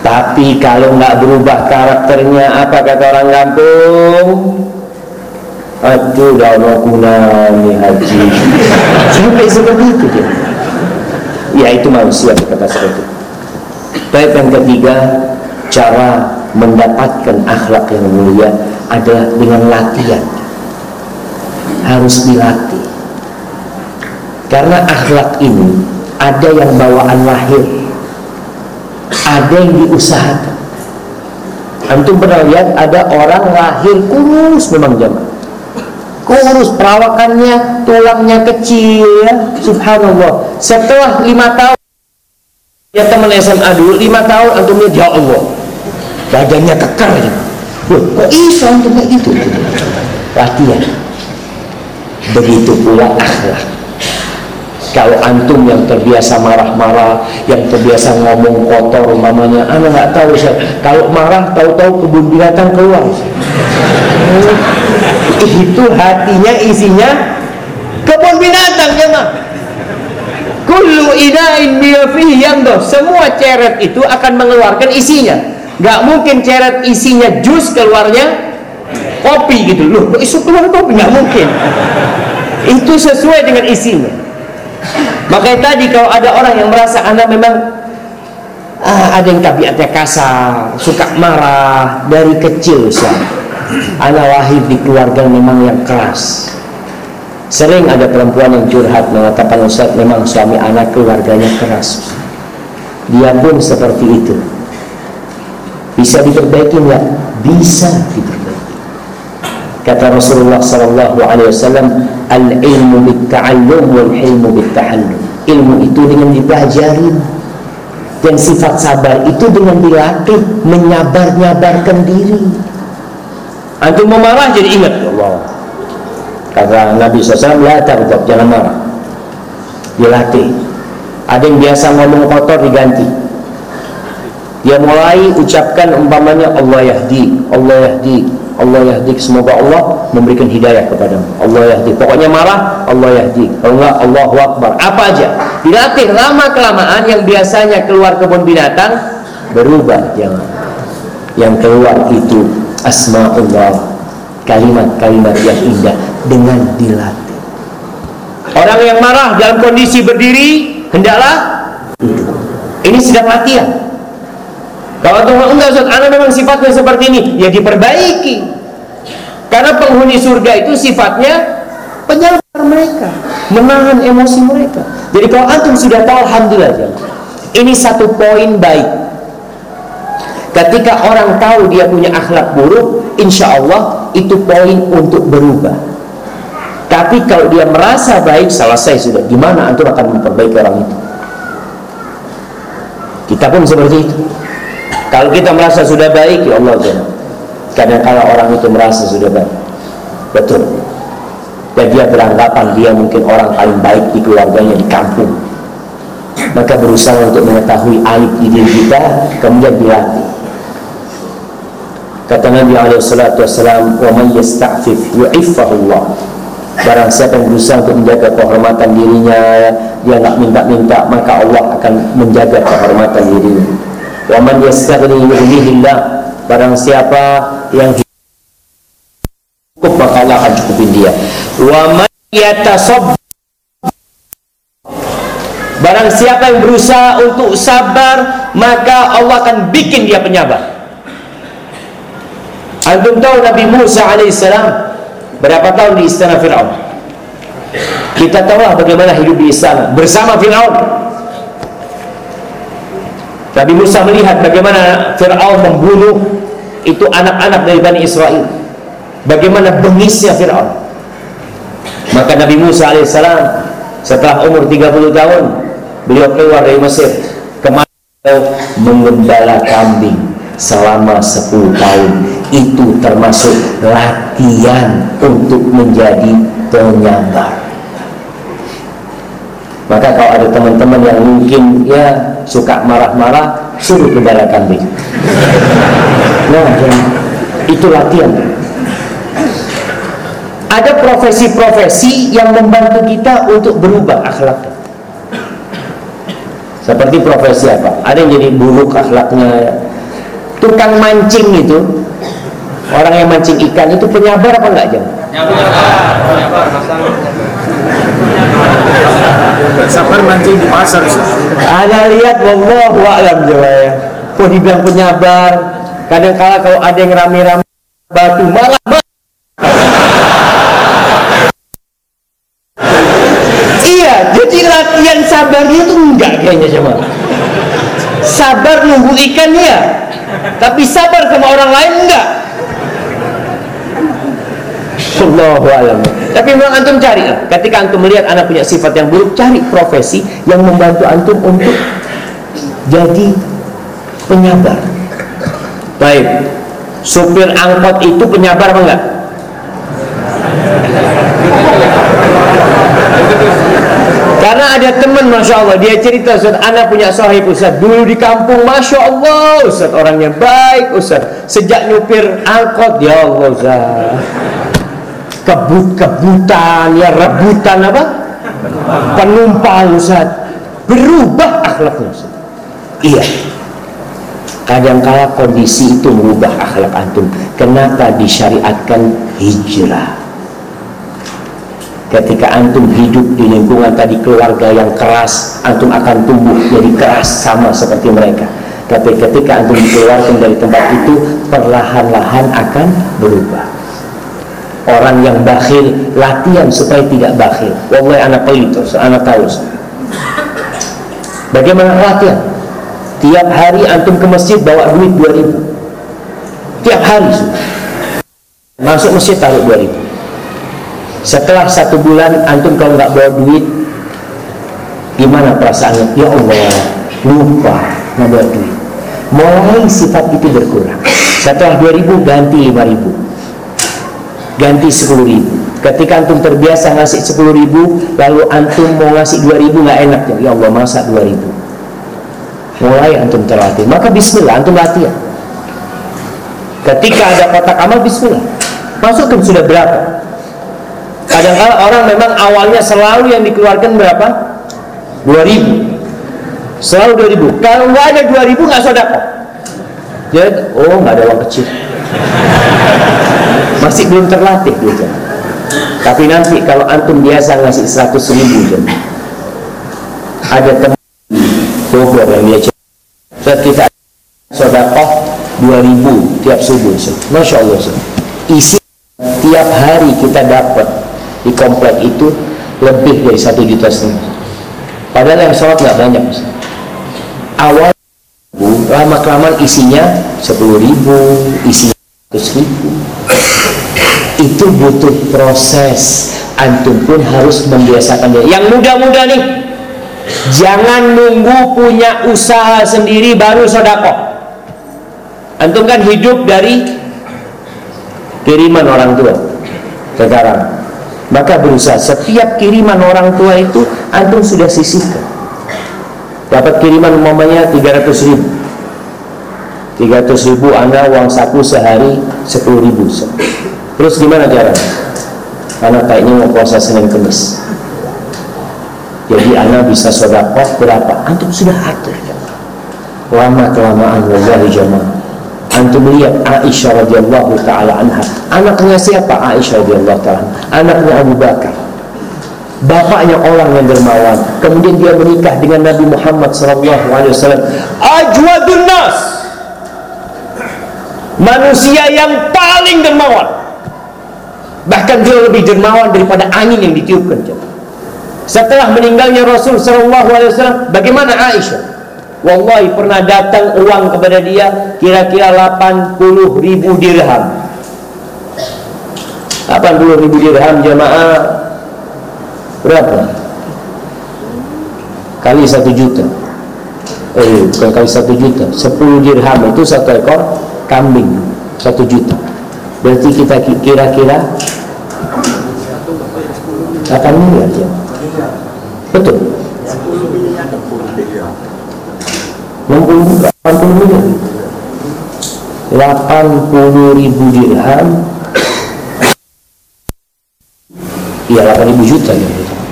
Tapi kalau nggak berubah karakternya, apa kata orang kampung? Aduh, dah no gunanya haji. Sampai seperti itu dia. Ya, itu manusia berkata seperti itu. Baik, yang ketiga, cara mendapatkan akhlak yang mulia adalah dengan latihan. Harus dilatih. Karena akhlak ini ada yang bawaan lahir, ada yang diusahakan. Antum pernah lihat ada orang lahir kurus, memang jamaah kurus, perawakannya, tulangnya kecil ya, subhanallah. Setelah 5 tahun ya, teman SMA dulu 5 tahun antum lihat, ya Allah, badannya kekar ya. Loh, kok iso antum kayak gitu? Latihan. Begitu pula akhlak. Kalau antum yang terbiasa marah-marah, yang terbiasa ngomong kotor umpamanya, ana nggak tahu saya. Kalau marah tahu-tahu kebun binatang keluar. Itu hatinya isinya kebun binatang ya mah. Kullu ina'in bima fihi yamdah. Semua ceret itu akan mengeluarkan isinya. Nggak mungkin ceret isinya jus keluarnya kopi gitu loh. Kok isu keluar kopi? Nggak mungkin. Itu sesuai dengan isinya. Makanya tadi kalau ada orang yang merasa Anda memang ada yang tabiatnya kasar, suka marah dari kecil, Anda lahir di keluarga memang yang keras. Sering ada perempuan yang curhat mengatakan, Ustaz, memang suami anak keluarganya keras. Dia pun seperti itu. Bisa diperbaiki nggak? Bisa diperbaiki. Kata Rasulullah SAW, al-ilmu bit-ta'allum wal-hilmu bit-tahallum. Ilmu itu dengan dipelajari, dan sifat sabar itu dengan dilatih, menyabar-nyabarkan diri. Antum mau marah jadi ingat Allah. Kata Nabi SAW, la taghdab, jangan marah. Dilatih. Ada yang biasa ngomong kotor diganti. Dia mulai ucapkan umpamanya Allah yahdi, Allah yahdi, Allah yahdi. Semoga Allah memberikan hidayah kepadamu. Allah yahdi. Pokoknya marah, Allah yahdi. Kalau enggak, Allahu Akbar. Apa aja. Dilatih lama kelamaan. Yang biasanya keluar kebun binatang berubah. Jangan. Yang keluar itu asma'ullah, kalimat-kalimat yang indah dengan dilatih. Orang yang marah dalam kondisi berdiri hendaklah duduk. Ini sedang latihan. Kalau Tuhan enggak, Ustaz, Anda memang sifatnya seperti ini, ya diperbaiki. Karena penghuni surga itu sifatnya penyabar mereka, menahan emosi mereka. Jadi kalau antum sudah tahu, alhamdulillah. Ini satu poin baik. Ketika orang tahu dia punya akhlak buruk, insya Allah itu poin untuk berubah. Tapi kalau dia merasa baik, selesai sudah. Gimana antum akan memperbaiki orang itu? Kita pun seperti itu. Kalau kita merasa sudah baik, ya Allah jangan. Kadang kala orang itu merasa sudah baik, betul, dan dia beranggapan dia mungkin orang paling baik di keluarganya, di kampung. Maka berusaha untuk mengetahui aib di diri kita, kemudian dilatih. Kata Nabi SAW, wa man yasta'fif yu'iffahullah. Barang siapa yang berusaha untuk menjaga kehormatan dirinya, dia nggak minta-minta, maka Allah akan menjaga kehormatan dirinya. Wa man yastaghni yu'lihillah. Barang siapa yang cukup, maka Allah akan cukupin dia. Wa man yatasabb. Barang siapa yang berusaha untuk sabar, maka Allah akan bikin dia penyabar. Antum tahu Nabi Musa alaihissalam berapa tahun di istana Fir'aun? Kita tahu bagaimana hidup di istana bersama Fir'aun. Nabi Musa melihat bagaimana Fir'aun membunuh itu anak-anak dari Bani Israel, bagaimana bengisnya Fir'aun. Maka Nabi Musa alaihissalam setelah umur 30 tahun beliau keluar dari Mesir, kemana? Mengembala kambing selama 10 tahun. Itu termasuk latihan untuk menjadi penyabar. Maka kalau ada teman-teman yang mungkin ya suka marah-marah, suruh gembala kambing. Nah, itu latihan. Ada profesi-profesi yang membantu kita untuk berubah akhlaknya. Seperti profesi apa? Ada yang jadi buruk akhlaknya, Tukang mancing itu, orang yang mancing ikan itu penyabar apa enggak Jam? Sabar mancing di pasar. Anda lihat, wallahu a'lam coba ya. Kok dibilang penyabar? Kadang-kala kalau ada yang rame-rame batu malah iya, jadi latihan sabarnya itu enggak kayaknya coba. Sabar nunggu ikan ya, tapi sabar sama orang lain enggak. Allahu a'lam. Tapi memang antum cari lah. Ketika antum melihat anak punya sifat yang buruk, cari profesi yang membantu antum untuk jadi penyabar. Baik, supir angkot itu penyabar apa enggak? Karena ada teman, Masya Allah, dia cerita, Ustaz, anak punya sahib, Ustaz, dulu di kampung, Masya Allah, Ustaz, orangnya baik, Ustaz. Sejak nyupir angkot, ya Allah, Ustaz, kebut-kebutan, ya rebutan apa? Penumpang, Ustaz, berubah akhlaknya, Ustaz. Iya, kadang-kala kondisi itu merubah akhlak antum. Kenapa disyariatkan hijrah? Ketika antum hidup di lingkungan tadi keluarga yang keras, antum akan tumbuh jadi keras sama seperti mereka. Tapi ketika antum dikeluarkan dari tempat itu, perlahan-lahan akan berubah. Orang yang bakhil, latihan supaya tidak bakhil. Wallahi anak pelit, anak tahu. Bagaimana latihan? Tiap hari antum ke masjid bawa duit 2.000. Tiap hari masuk masjid taruh 2.000. Setelah 1 bulan antum kalau nggak bawa duit, gimana perasaannya? Ya Allah, lupa nggak bawa duit. Mulai sifat itu berkurang. Setelah 2.000 ganti 5.000, ganti 10.000. Ketika antum terbiasa ngasih 10.000, lalu antum mau ngasih 2.000 nggak enak ya Allah, masa 2.000. Mulai antum terlatih, maka bismillah antum latihan. Ketika ada kotak amal, bismillah masukkan sudah berapa. Kadang-kadang orang memang awalnya selalu yang dikeluarkan berapa? 2.000. Selalu 2.000. Kalau nggak ada 2.000 nggak sedekah. Jadi, oh nggak ada uang kecil. Masih belum terlatih gitu. Tapi nanti kalau antum biasa ngasih 100.000, ada teman Bogor yang dia cerita, kita sedekah 2.000 tiap subuh. Masya Allah. Isi tiap hari kita dapat di komplek itu lebih dari 1,5 juta. Padahal yang sholat nggak banyak. Awal lama-kelamaan isinya 10.000, isinya 100.000. Itu butuh proses. Antum pun harus membiasakannya. Yang muda-muda nih, jangan nunggu punya usaha sendiri baru sedekah. Antum kan hidup dari kiriman orang tua sekarang. Maka berusaha setiap kiriman orang tua itu antum sudah sisihkan. Dapat kiriman umpamanya 300.000. 300.000 Anda uang saku sehari 10.000. Terus gimana caranya? Karena kayaknya mau puasa Senin Kemis. Jadi Anda bisa sedekah berapa? Antum sudah atur. Lama-kelamaan wallahi jamaah. Antum lihat Aisyah radhiyallahu taala anha. Anaknya siapa? Aisyah radhiyallahu taala. Anaknya Abu Bakar. Bapaknya orang yang dermawan. Kemudian dia menikah dengan Nabi Muhammad sallallahu alaihi wasallam. Ajwadun nas. Manusia yang paling dermawan. Bahkan dia lebih dermawan daripada angin yang ditiupkan. Setelah meninggalnya Rasul sallallahu alaihi wasallam, bagaimana Aisyah? Wallahi pernah datang uang kepada dia kira-kira 80.000 dirham. 80.000 dirham jamaah berapa? Kali 1 juta. Bukan kali 1 juta. 10 dirham itu 1 ekor kambing. 1 juta. Berarti kita kira-kira 8 miliar ya. Betul. 80 miliar. 80.000 dirham. Iya 8.000 juta ya.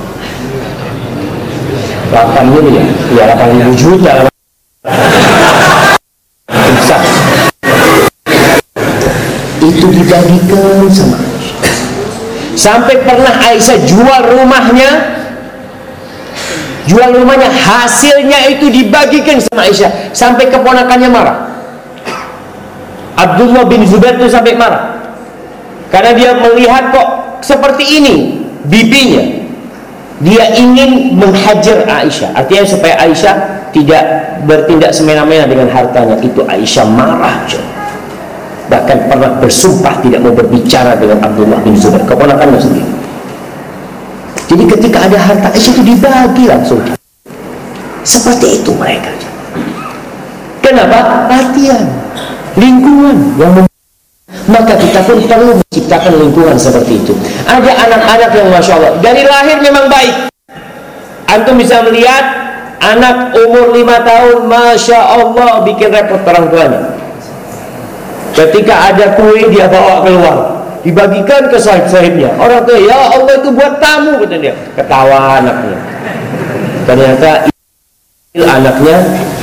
8 miliar. Iya 8.000 juta. Besar. dibagikan sama Aisyah. Sampai pernah Aisyah jual rumahnya, hasilnya itu dibagikan sama Aisyah. Sampai keponakannya marah. Abdullah bin Zubair itu sampai marah karena dia melihat kok seperti ini bibinya. Dia ingin menghajar Aisyah, artinya supaya Aisyah tidak bertindak semena-mena dengan hartanya. Itu Aisyah marah, bahkan pernah bersumpah tidak mau berbicara dengan Abdullah bin Zubair, keponakannya sendiri. Jadi ketika ada harta Aisyah itu dibagi langsung. Seperti itu mereka. Kenapa? Perhatian, lingkungan yang maka kita pun perlu menciptakan lingkungan seperti itu. Ada anak-anak yang Masya Allah dari lahir memang baik. Antum bisa melihat anak umur 5 tahun Masya Allah bikin repot orang tuanya. Ketika ada kue dia bawa keluar, dibagikan ke sahib-sahibnya. Orang tua, ya Allah itu buat tamu, kata dia. Ketawa anaknya. Ternyata anaknya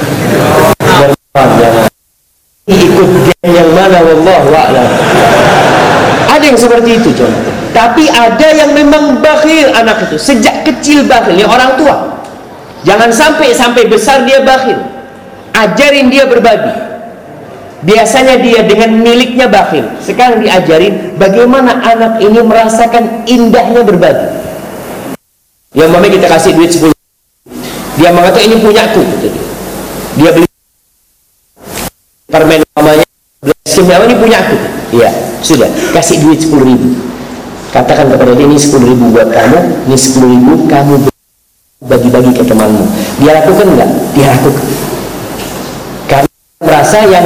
ikut geng yang mana, wallahu a'lam. Ada yang seperti itu, contoh. Tapi ada yang memang bakhil anak itu, sejak kecil bakhil, yang orang tua. Jangan sampai besar dia bakhil. Ajarin dia berbagi. Biasanya dia dengan miliknya bakhil. Sekarang diajarin bagaimana anak ini merasakan indahnya berbagi. Yang mami kita kasih duit 10, dia mengatakan ini punyaku. Dia beli permen mamanya, ini punya aku. Iya, sudah, kasih duit 10.000. Katakan kepada dia, ini 10.000 buat kamu, ini 10.000 kamu bagi-bagi ke temanmu. Dia lakukan enggak? Dia lakukan. Karena merasa yang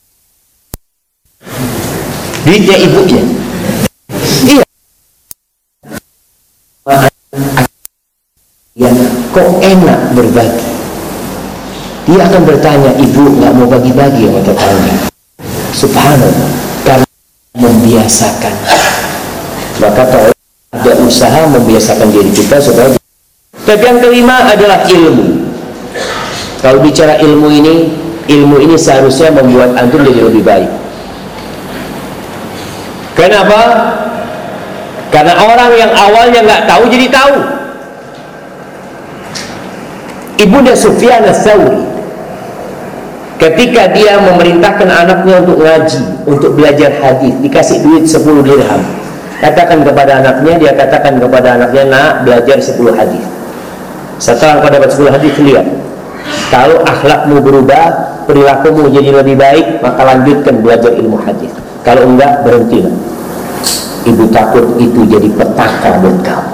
duitnya ibunya. Iya. Ya, kok enak berbagi. Dia akan bertanya, ibu nggak mau bagi-bagi sama tetangga. Subhanallah, karena membiasakan. Maka kalau ada usaha membiasakan diri kita supaya. Tapi yang kelima adalah ilmu. Kalau bicara ilmu ini seharusnya membuat antum jadi lebih baik. Kenapa? Karena orang yang awalnya nggak tahu jadi tahu. Ibunda Sufyan Ats-Tsauri ketika dia memerintahkan anaknya untuk ngaji, untuk belajar hadis, dikasih duit 10 dirham. Katakan kepada anaknya, dia katakan kepada anaknya, nak, belajar 10 hadis. Setelah kau dapat 10 hadis, lihat. Kalau akhlakmu berubah, perilakumu jadi lebih baik, maka lanjutkan belajar ilmu hadis. Kalau enggak, berhentilah. Ibu takut itu jadi petaka buat kamu.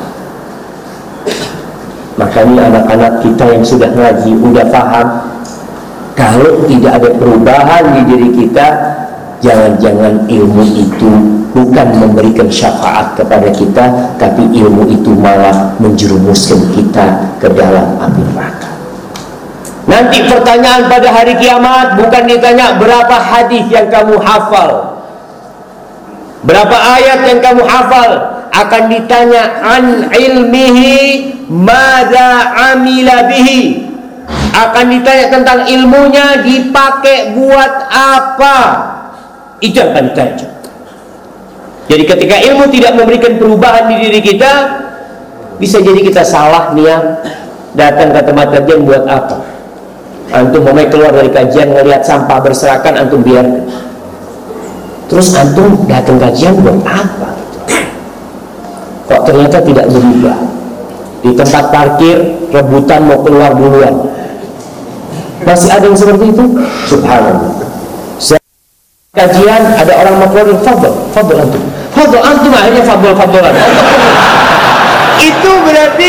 Makanya anak-anak kita yang sudah ngaji, udah paham, kalau tidak ada perubahan di diri kita, jangan-jangan ilmu itu bukan memberikan syafaat kepada kita, tapi ilmu itu malah menjerumuskan kita ke dalam api neraka. Nanti pertanyaan pada hari kiamat bukan ditanya berapa hadis yang kamu hafal, berapa ayat yang kamu hafal, akan ditanya an ilmihi madza amila bihi. Akan ditanya tentang ilmunya, dipakai buat apa. Itu yang akan ditanya. Jadi ketika ilmu tidak memberikan perubahan di diri kita, bisa jadi kita salah niat datang ke tempat kajian buat apa. Antum mau keluar dari kajian ngelihat sampah berserakan, antum biarkan. Terus antum datang kajian buat apa? Kok ternyata tidak berubah. Di tempat parkir rebutan mau keluar duluan. Masih ada yang seperti itu? Subhanallah. Kajian ada orang mau keluar, fadl antum. Fadl antum akhirnya fadl-fadlan. Itu berarti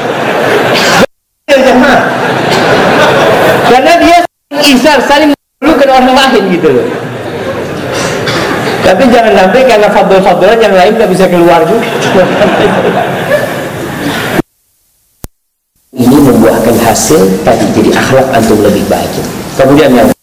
jemaah. Karena dia saling memerlukan orang lain gitu loh. Tapi jangan sampai karena fadl-fadlan yang lain tak bisa keluar juga. Ini membuahkan hasil tadi, jadi akhlak antum lebih baik. Kemudian yang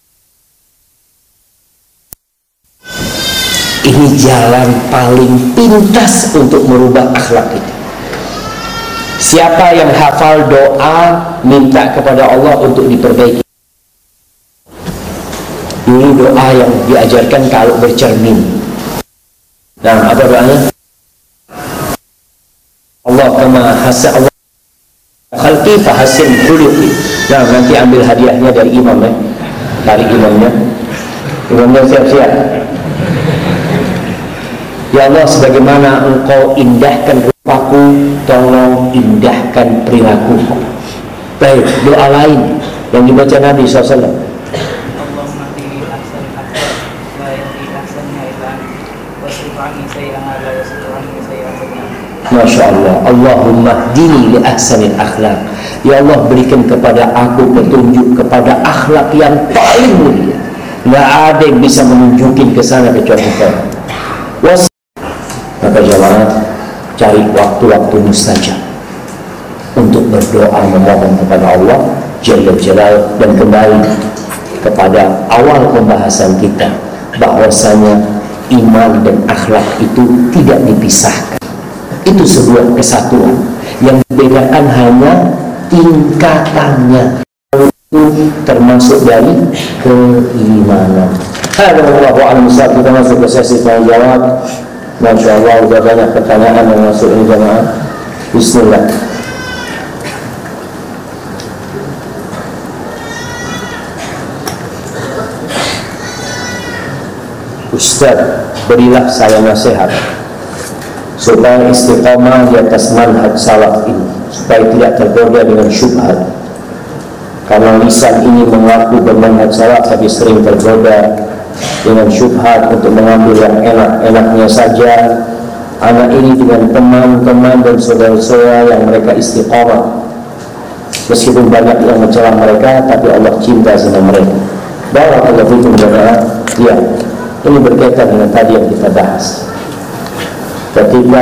ini jalan paling pintas untuk merubah akhlak kita. Siapa yang hafal doa minta kepada Allah untuk diperbaiki. Ini doa yang diajarkan kalau bercermin. Nah, apa doanya? Allah kama hasan Allah khalqi fahasin khuluqi. Nah, nanti ambil hadiahnya dari imam ya. Tarik imamnya. Imamnya siap-siap. Ya Allah, sebagaimana Engkau indahkan rupaku, tolong indahkan perilakuku. Baik, doa lain yang dibaca Nabi SAW. Masya Allah. Allahumma hdini li ahsanil akhlak. Ya Allah, berikan kepada aku petunjuk kepada akhlak yang paling mulia. Tidak ada yang bisa menunjukin ke sana kecuali Engkau. Maka jamaah, cari waktu-waktu mustajab untuk berdoa memohon kepada Allah Jalla Jalal. Dan kembali kepada awal pembahasan kita, bahwasanya iman dan akhlak itu tidak dipisahkan. Itu sebuah kesatuan. Yang membedakan hanya tingkatannya. Itu termasuk dari keimanan. Alhamdulillah, kita masuk ke sesi tanya jawab. Masya Allah, sudah banyak pertanyaan yang masuk ini jamaah. Bismillah. Ustaz, berilah saya nasihat supaya istiqamah di atas manhaj salaf ini, supaya tidak tergoda dengan syubhat. Karena lisan ini mengaku bermanhaj salaf, tapi sering tergoda dengan syubhat untuk mengambil yang enak-enaknya saja. Anak ini dengan teman-teman dan saudara-saudara yang mereka istiqamah, meskipun banyak yang mencela mereka, tapi Allah cinta sama mereka. Barakallahu fikum jamaah. Ya, ini berkaitan dengan tadi yang kita bahas. Ketika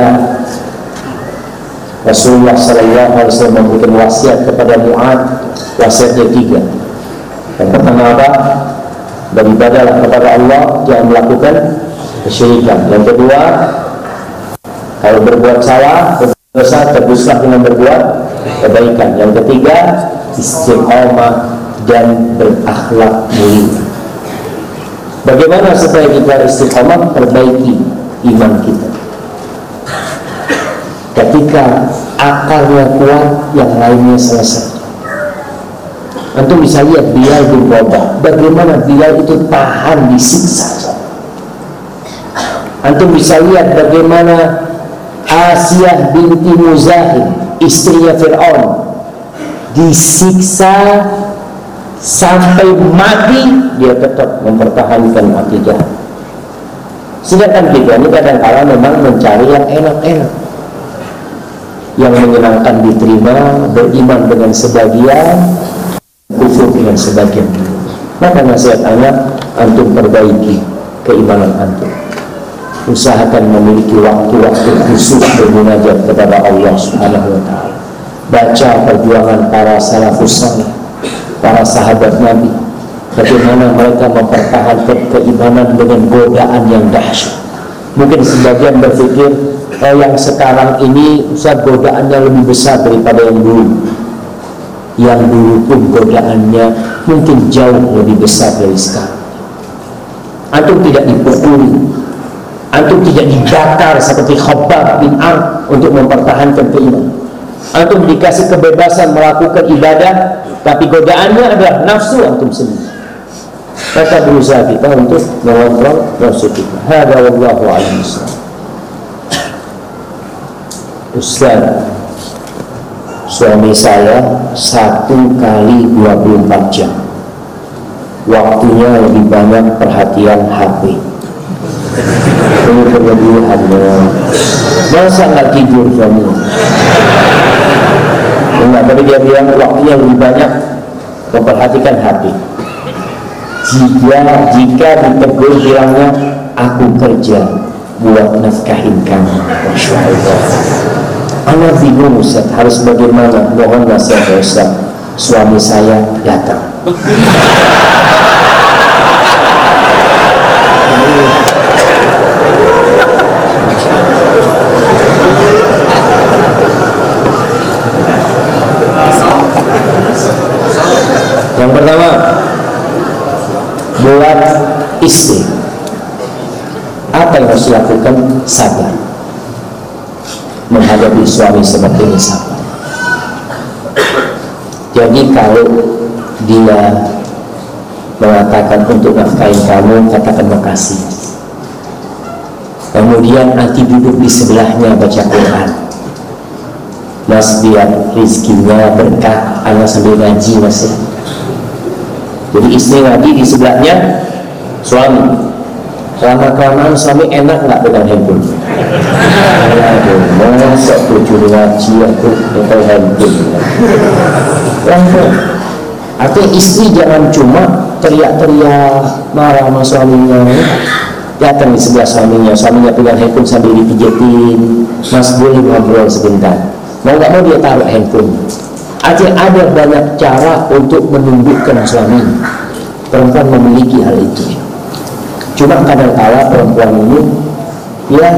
Rasulullah SAW memberikan wasiat kepada Mu'ad, wasiatnya 3. Yang pertama apa? Beribadahlah kepada Allah, jangan melakukan kesyirikan. Yang kedua, kalau berbuat salah, berdosa, tebuslah dengan berbuat kebaikan. Yang ketiga, istiqamah dan berakhlak mulia. Bagaimana supaya kita istiqamah? Perbaiki iman kita. Ketika akarnya kuat, yang lainnya selesai. Antum bisa lihat Bilal bin Rabah, bagaimana Bilal itu tahan disiksa. Antum bisa lihat bagaimana Asiyah binti Muzahim, istrinya Fir'aun, disiksa sampai mati, dia tetap mempertahankan akidah. Sedangkan kita ini kadang-kadang memang mencari yang enak-enak, yang menyenangkan diterima, beriman dengan sebagian, kufur dengan sebagian. Maka nasihat anak, antum perbaiki keimanan antum. Usahakan memiliki waktu-waktu khusus bermunajat kepada Allah Subhanahu wa ta'ala. Baca perjuangan para salafus saleh, para sahabat Nabi, bagaimana mereka mempertahankan keimanan dengan godaan yang dahsyat. Mungkin sebagian berpikir, yang sekarang ini Ustaz, godaannya lebih besar daripada yang dulu. Yang dulu pun godaannya mungkin jauh lebih besar dari sekarang. Antum tidak dipukuli, antum tidak dibakar seperti Khabbab bin Amr untuk mempertahankan keimanan. Antum dikasih kebebasan melakukan ibadah, tapi godaannya adalah nafsu antum sendiri. Maka berusaha kita untuk mengontrol nafsu kita. Hada wallahu a'lam. Ustaz, suami saya 1 kali 24 jam, waktunya lebih banyak perhatian HP. Ini berlebihannya. Masa nggak tidur suaminya? Enggak, tapi dia bilang waktunya lebih banyak memperhatikan HP. Jika ditegur bilangnya, aku kerja buat nafkahin kamu. Masya Allah. Anak bingung Ustaz, harus bagaimana? Mohon nasihat Ustaz. Suami saya datang. Yang pertama, buat istri, apa yang harus dilakukan? menghadapi suami seperti ini sabar. Jadi kalau dia mengatakan untuk nafkahin kamu, katakan makasih. Kemudian nanti duduk di sebelahnya baca Quran. Mas, biar rizkinya berkah, anak sambil ngaji mas ya. Jadi istri ngaji di sebelahnya suami. Lama-kelamaan suami enak nggak pegang handphone? Aduh, masa tujuh ngaji aku pegang handphone. Langsung. Artinya istri jangan cuma teriak-teriak marah sama suaminya. Datang di sebelah suaminya pegang handphone sambil dipijetin. Mas, boleh ngobrol sebentar? Mau nggak mau dia taruh handphone. Ada banyak cara untuk menundukkan suami. Perempuan memiliki hal itu. Cuma kadang-kala perempuan ini ya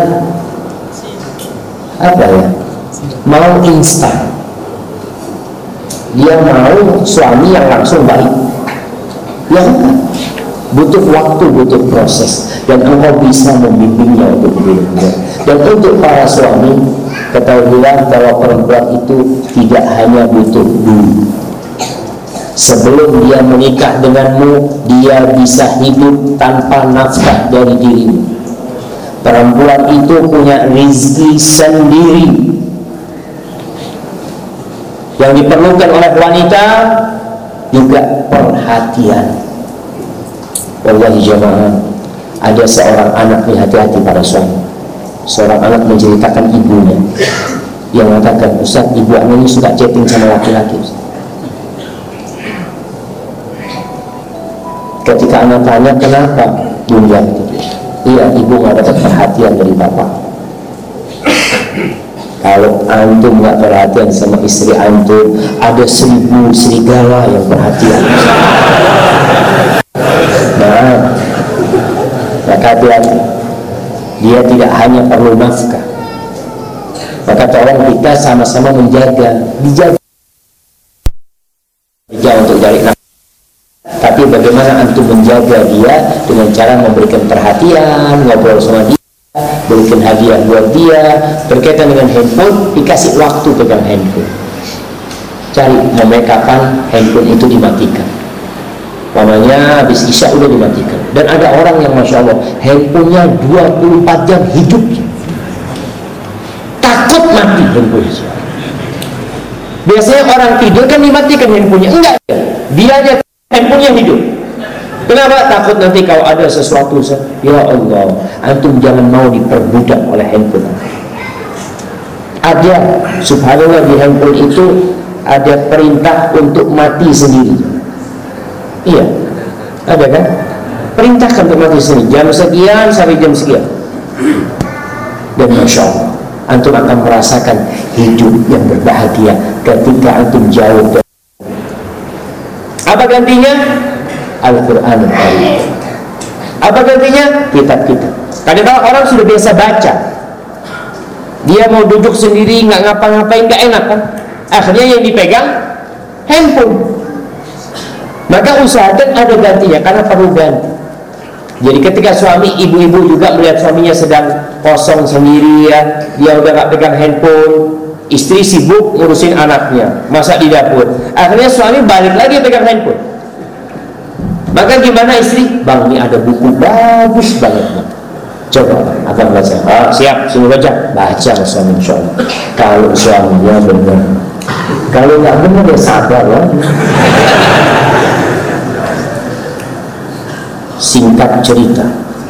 apa ya, mau instan. Dia mau suami yang langsung baik. Ya kan? Butuh waktu, butuh proses, dan engkau bisa membimbingnya untuk berbeda. Dan untuk para suami, ketahuilah bahwa perempuan itu tidak hanya butuh duit. Sebelum dia menikah denganmu, dia bisa hidup tanpa nafkah dari dirimu. Perempuan itu punya rezeki sendiri. Yang diperlukan oleh wanita juga perhatian. Wallahi jamaah, ada seorang anak, hati-hati para suami. Seorang anak menceritakan ibunya yang mengatakan, Ustaz, ibu ini suka chatting sama laki-laki. Ketika anak tanya kenapa, Bunda, iya, ibu nggak dapat perhatian dari bapak. Kalau antum nggak perhatian sama istri antum, ada 1000 serigala yang perhatian. Nah, hati-hati. Dia tidak hanya perlu nafkah. Maka tolong kita sama-sama dijaga untuk cari nafkah. Tapi bagaimana antum menjaga dia dengan cara memberikan perhatian, ngobrol sama dia, berikan hadiah buat dia. Berkaitan dengan handphone, dikasih waktu pegang handphone. Cari momen kapan handphone itu dimatikan. Namanya habis isya udah dimatikan. Dan ada orang yang Masya Allah handphonenya 24 jam hidup, takut mati handphonenya. Biasanya orang tidur kan dimatikan handphonenya. Enggak, dia aja handphonenya hidup. Kenapa? Takut nanti kalau ada sesuatu. Ya Allah, antum jangan mau diperbudak oleh handphone. Ada, subhanallah, di handphone itu ada perintah untuk mati sendiri. Iya, ada kan? Perintahkan untuk mati sendiri, jam sekian sampai jam sekian. Dan Masya Allah, antum akan merasakan hidup yang berbahagia ketika antum jauh dari. Apa gantinya? Al-Quran Al-Karim. Apa gantinya? Kitab-kitab. Kadang-kadang orang sudah biasa baca, dia mau duduk sendiri nggak ngapa-ngapain, nggak enak kan? Akhirnya yang dipegang handphone. Maka usahakan ada gantinya, karena perlu ganti. Jadi ketika suami, ibu-ibu juga melihat suaminya sedang kosong sendiri ya, dia udah gak pegang handphone, istri sibuk ngurusin anaknya, masak di dapur, akhirnya suami balik lagi pegang handphone. Maka gimana istri? Bang, ini ada buku bagus banget, coba akan baca. Siap, sini baca. Baca suami, insya Allah. Kalau suaminya benar, kalau nggak benar ya sabar lah. Singkat cerita,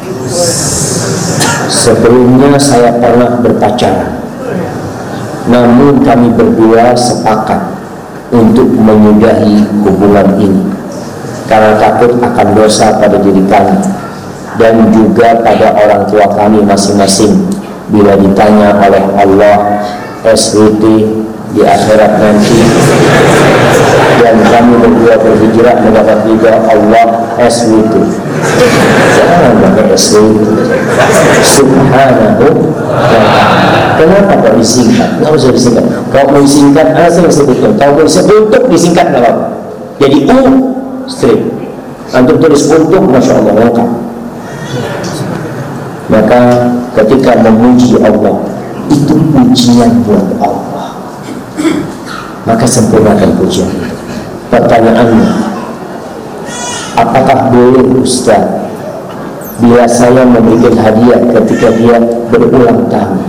sebelumnya saya pernah berpacaran, namun kami berdua sepakat untuk menyudahi hubungan ini karena takut akan dosa pada diri kami dan juga pada orang tua kami masing-masing bila ditanya oleh Allah SWT di akhirat nanti, dan kami berdua berhijrah mendapat ridha Allah SWT. Jangan pakai SWT. Subhanahu wa ta'ala. Kenapa kok disingkat? Nggak usah disingkat. Kalau mau disingkat, saya sebutkan. Kalau mau untuk disingkat nggak apa-apa. Jadi straight. Antum tulis untuk, Masya Allah, lengkap. Maka ketika memuji Allah, itu pujian buat Allah, maka sempurnakan pujian. Pertanyaannya, apakah boleh Ustaz bila saya memberikan hadiah ketika dia berulang tahun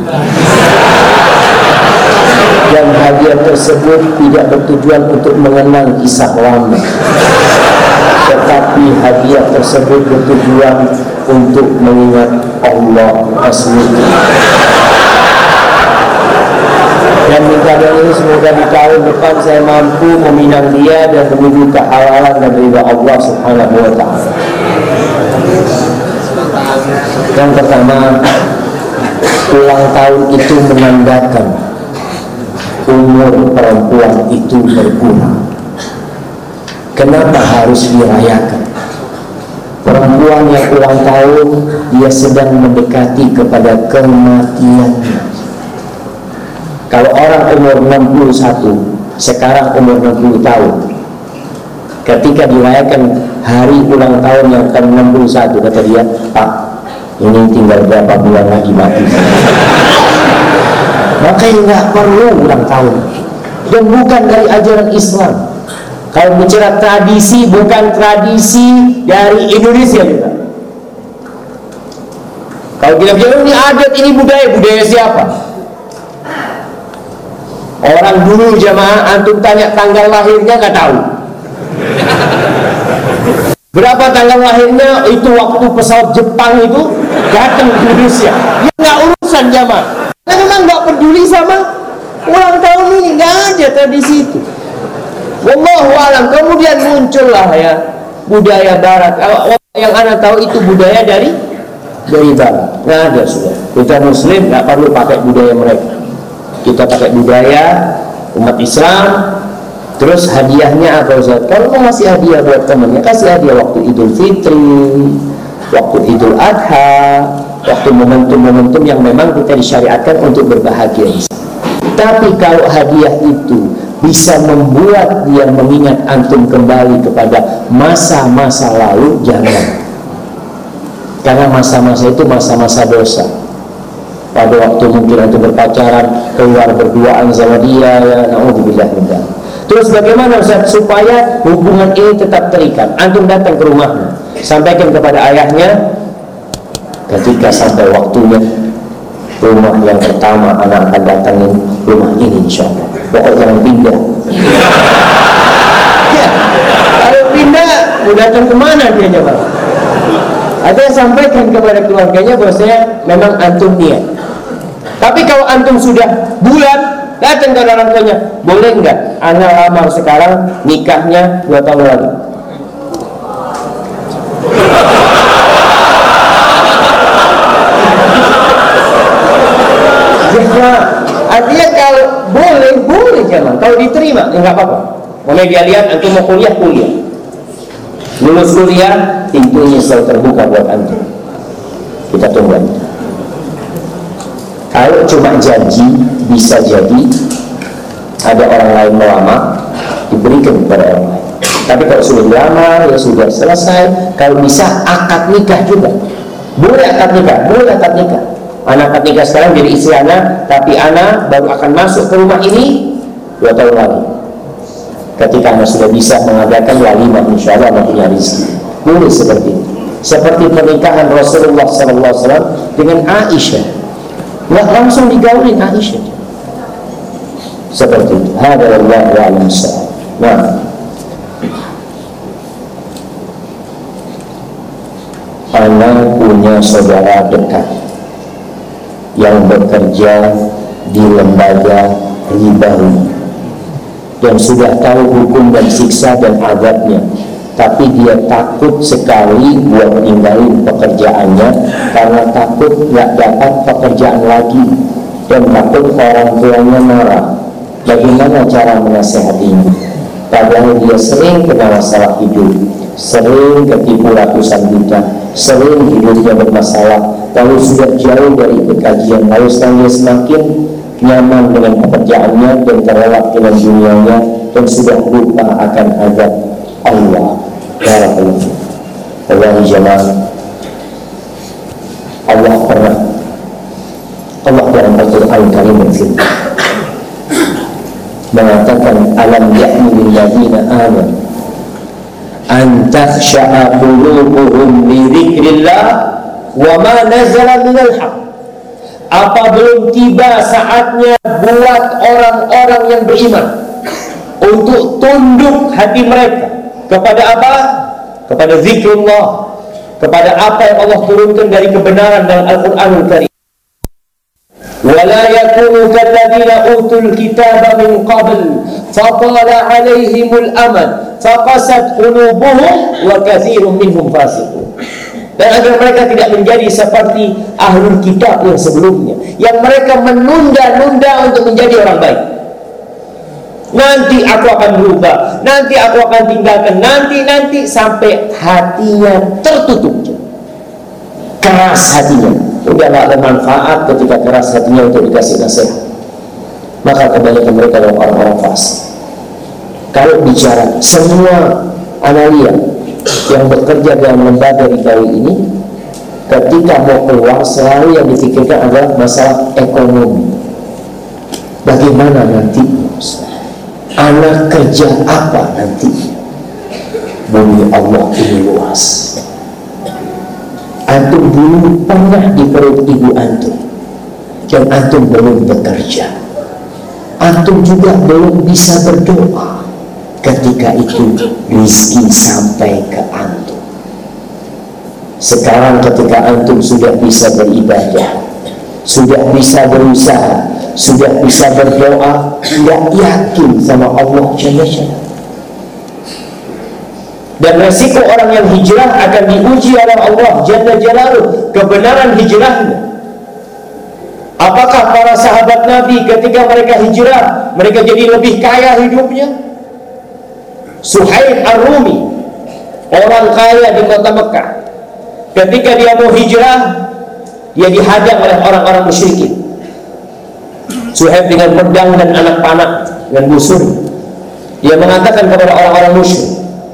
dan hadiah tersebut tidak bertujuan untuk mengenang kisah lama, tetapi hadiah tersebut bertujuan untuk mengingat Allah SWT? Dan minta ini semoga di tahun depan saya mampu meminang dia dan menuju kehalalan dan ridha Allah Subhanahu wa ta'ala. Yang pertama, ulang tahun itu menandakan umur perempuan itu berkurang. Kenapa harus dirayakan? Perempuan yang ulang tahun, dia sedang mendekati kepada kematiannya. Kalau orang umur 61, sekarang umur 60 tahun, ketika dirayakan hari ulang tahun yang ke-61, kata dia, Pak, ini tinggal berapa bulan lagi mati. Makanya nggak perlu ulang tahun, dan bukan dari ajaran Islam. Kalau bicara tradisi, bukan tradisi dari Indonesia juga. Kalau kita bilang ini adat, ini budaya siapa? Orang dulu jamaah, antum tanya tanggal lahirnya nggak tahu. Berapa tanggal lahirnya? Itu waktu pesawat Jepang itu datang ke Indonesia. Ya nggak urusan jamaah. Nah, memang nggak peduli sama ulang tahun ini, nggak ada tradisi itu. Wallahu a'lam. Kemudian muncullah ya budaya Barat. Kalau yang anda tahu itu budaya dari Barat. Nggak ada sudah. Kita Muslim nggak perlu pakai budaya mereka. Kita pakai budaya umat Islam. Terus hadiahnya apa Ustaz? Kalau mau ngasih hadiah buat temannya, kasih hadiah waktu Idul Fitri, waktu Idul Adha, waktu momentum-momentum yang memang kita disyariatkan untuk berbahagia. Tapi kalau hadiah itu bisa membuat dia mengingat antum kembali kepada masa-masa lalu, jangan. Karena masa-masa itu masa-masa dosa. Pada waktu mungkin antum berpacaran, keluar berduaan sama dia, ya na'udzubillah min dzalik. Terus bagaimana Ustaz supaya hubungan ini tetap terikat? Antum datang ke rumahnya, sampaikan kepada ayahnya, ketika sampai waktunya rumah yang pertama anak akan datangin rumah ini insyaallah. Pokoknya jangan pindah. Ya, kalau pindah, mau datang kemana dia jawab? Ada yang sampaikan kepada keluarganya bahwasanya memang antum niat. Tapi kalau antum sudah bulat, datang ke orang tuanya, boleh enggak anak lamar sekarang, nikahnya 2 tahun lagi? Ya, artinya kalau boleh jangan. Kalau diterima, enggak apa-apa. Mulai dia lihat antum mau kuliah. Lulus kuliah, pintunya selalu terbuka buat antum. Kita tunggu. Kalau cuma janji, bisa jadi ada orang lain melamar, diberikan kepada orang lain. Tapi kalau sudah dilamar, ya sudah selesai. Kalau bisa akad nikah juga. Boleh akad nikah. Anak akad nikah sekarang jadi istri anak, tapi anak baru akan masuk ke rumah ini 2 tahun lagi. Ketika anak sudah bisa mengadakan walimah, insya Allah anak punya rezeki. Boleh seperti itu. Seperti pernikahan Rasulullah SAW dengan Aisyah. Nggak langsung digaulin Aisyah. Seperti itu. Hada wallahu a'lam bissawab. Nah, anak punya saudara dekat yang bekerja di lembaga ribawi dan sudah tahu hukum dan siksa dan adabnya, tapi dia takut sekali buat ninggalin pekerjaannya karena takut nggak dapat pekerjaan lagi dan takut orang tuanya marah. Bagaimana cara menasehatinya? Padahal dia sering kena masalah hidup, sering ketipu ratusan juta, sering hidupnya bermasalah, lalu sudah jauh dari kekajian, lalu sekarang dia semakin nyaman dengan pekerjaannya dan terlelap dengan dunianya dan sudah lupa akan azab Allah. Allah jemaah, Allah pernah Allah dalam Al-Quran Karim berfirman, mengatakan, alam ya'ni lil ladzina amanu an takhsha'a qulubuhum li dzikrillah wa ma nazala minal haqq. Apa belum tiba saatnya buat orang-orang yang beriman untuk tunduk hati mereka kepada apa? Kepada zikrullah, kepada apa yang Allah turunkan dari kebenaran dalam Al-Quranul Karim. وَلَا يَكُونُوا كَالَّذِينَ أُوتُوا الْكِتَابَ مِنْ قَبْلِ فَطَالَ عَلَيْهِمُ الْأَمَدُ فَقَسَتْ قُلُوبُهُمْ وَكَثِيرٌ مِنْهُمْ فَاسِقُونَ. Dan agar mereka tidak menjadi seperti ahlul kitab yang sebelumnya, yang mereka menunda-nunda untuk menjadi orang baik. Nanti aku akan berubah, nanti aku akan tinggalkan, nanti sampai hatinya tertutup, keras hatinya. Udah gak ada manfaat ketika keras hatinya untuk dikasih nasihat, maka kebanyakan mereka adalah orang-orang fasik. Kalau bicara semua analia yang bekerja dalam lembaga ribawi ini, ketika mau keluar selalu yang dipikirkan adalah masalah ekonomi. Bagaimana nanti anak kerja apa nanti? Bumi Allah ini luas. Antum dulu pernah di perut ibu antum, dan antum belum bekerja. Antum juga belum bisa berdoa. Ketika itu rizki sampai ke antum. Sekarang ketika antum sudah bisa beribadah, sudah bisa berusaha, sudah bisa berdoa, tidak yakin sama Allah Jalla Jalla. Dan resiko orang yang hijrah akan diuji oleh Allah Jalla Jalaluhu, kebenaran hijrahnya. Apakah para sahabat Nabi ketika mereka hijrah, mereka jadi lebih kaya hidupnya? Suhaib Ar-Rumi, orang kaya di kota Mekah, ketika dia mau hijrah, dia dihadang oleh orang-orang musyrikin. Suhaib dengan pedang dan anak panah dan busur, dia mengatakan kepada orang-orang musyrik,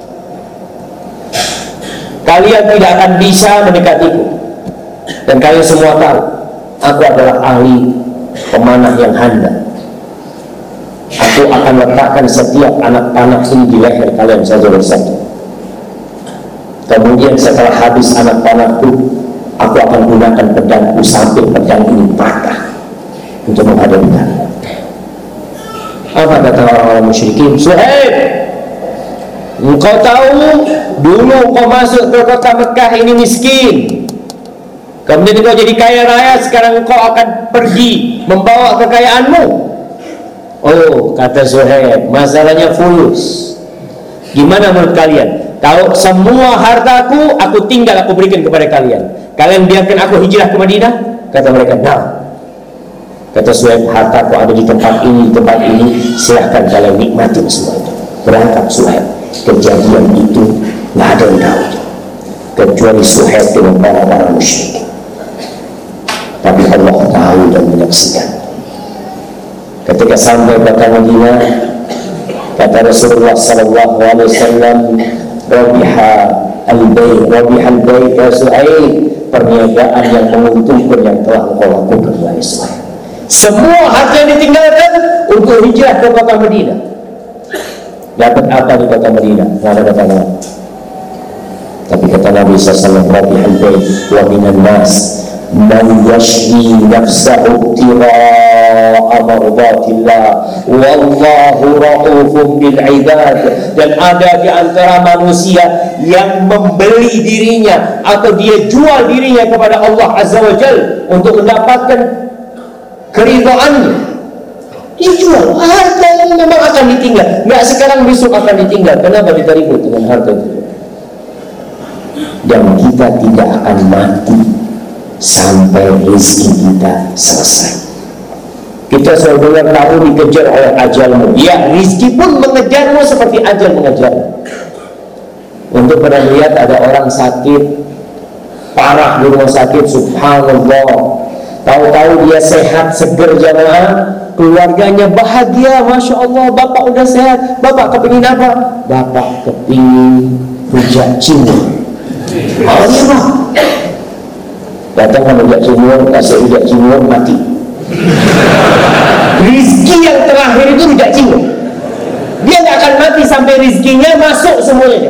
kalian tidak akan bisa mendekatiku, dan kalian semua tahu aku adalah ahli pemanah yang handal. Aku akan letakkan setiap anak panah ini di leher kalian saja bersatu. Kemudian setelah habis anak panahku, aku akan gunakan pedangku sampai pedang ini patah untuk menghadapi kalian. Apa kata orang-orang musyrikin? Suhaib, engkau tahu dulu engkau masuk ke kota Mekah ini miskin, kemudian engkau jadi kaya raya, sekarang engkau akan pergi membawa kekayaanmu. Oh, kata Suhaib, masalahnya fulus. Gimana menurut kalian? Kalau semua hartaku aku tinggal, aku berikan kepada kalian, kalian biarkan aku hijrah ke Madinah? Kata mereka, nah. Kata Suhaib, hartaku ada di tempat ini, silahkan kalian nikmatin semua itu. Berangkat Suhaib. Kejadian itu nggak ada yang tahu, kecuali Suhaib dengan para musyrik. Tapi Allah tahu dan menyaksikan. Ketika sampai kota Madinah, kata Rasulullah sallallahu alaihi wasallam, Rabiha al-bayt ya Suhaib, perniagaan yang menguntungkan yang telah engkau lakukan wahai Suhaib. Semua harta yang ditinggalkan untuk hijrah ke kota Madinah. Dapat apa di kota Madinah? Tidak ada kata. Tapi kata Nabi sallallahu alaihi wasallam, wa minan nas man yashri nafsahu ibtigha'a mardatillah wallahu ra'ufun bil ibad. Dan ada di antara manusia yang membeli dirinya atau dia jual dirinya kepada Allah Azza wa Jalla untuk mendapatkan keridhaannya. Dijual, harta ini memang akan ditinggal, nggak sekarang besok akan ditinggal. Kenapa kita ribut dengan harta itu? Dan kita tidak akan mati sampai rezeki kita selesai. Kita selalu dengar tahu dikejar oleh ajalmu. Ya, rezeki pun mengejarmu seperti ajal mengejarmu. Untuk pernah lihat ada orang sakit parah di rumah sakit, subhanallah, tahu-tahu dia sehat, seger jamaah, keluarganya bahagia, masya Allah, bapak udah sehat. Bapak kepingin apa? Bapak kepingin rujak cingur. Allah datang rujak cingur, kasih rujak cingur, mati. Rizki yang terakhir itu tidak cium. Dia nggak akan mati sampai rizkinya masuk semuanya.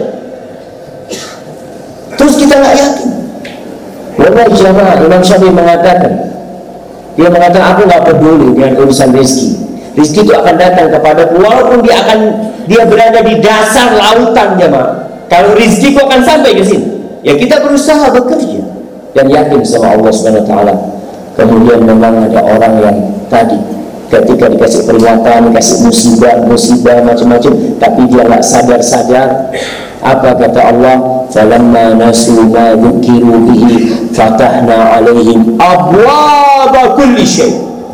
Terus kita nggak yakin. Wallahi jamaah, Imam Syafi'i mengatakan, dia mengatakan aku nggak peduli dengan urusan rizki. Rizki itu akan datang kepadaku walaupun dia berada di dasar lautan, jamaah. Kalau rizkiku akan sampai ke sini, ya kita berusaha bekerja dan yakin sama Allah Subhanahu Wa Taala. Kemudian memang ada orang yang tadi ketika dikasih peringatan, dikasih musibah macam-macam, tapi dia nggak sadar. Apa kata Allah? Falamma nasu ma dzukiru bihi fatahna alaihim abwaaba kulli syai'.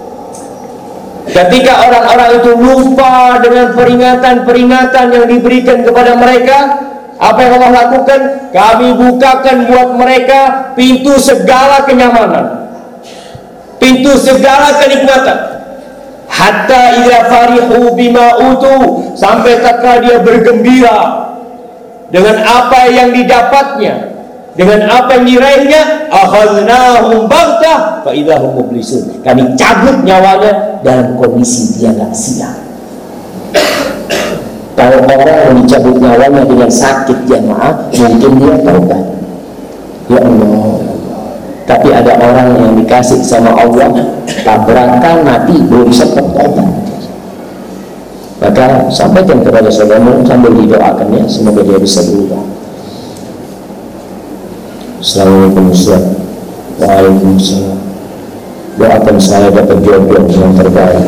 Ketika orang-orang itu lupa dengan peringatan-peringatan yang diberikan kepada mereka, apa yang Allah lakukan? Kami bukakan buat mereka pintu segala kenyamanan, pintu segala kenikmatan. Hatta idza farihu bima utu, sampai tatkala dia bergembira dengan apa yang didapatnya, dengan apa yang diraihnya, akhadnahum baghtah fa idza hum mublisun. Kami cabut nyawanya dalam kondisi dia nggak siap. Kalau orang yang dicabut nyawanya dengan sakit, jamaah, mungkin dia taubat. Ya Allah. Tapi ada orang yang dikasih sama Allah, tabrakan mati belum sempat taubat. Maka sampaikan kepada saudaramu sambil didoakannya, semoga dia bisa berubah. Assalamualaikum Ustaz. Waalaikumsalam. Doakan saya dapat jodoh yang terbaik.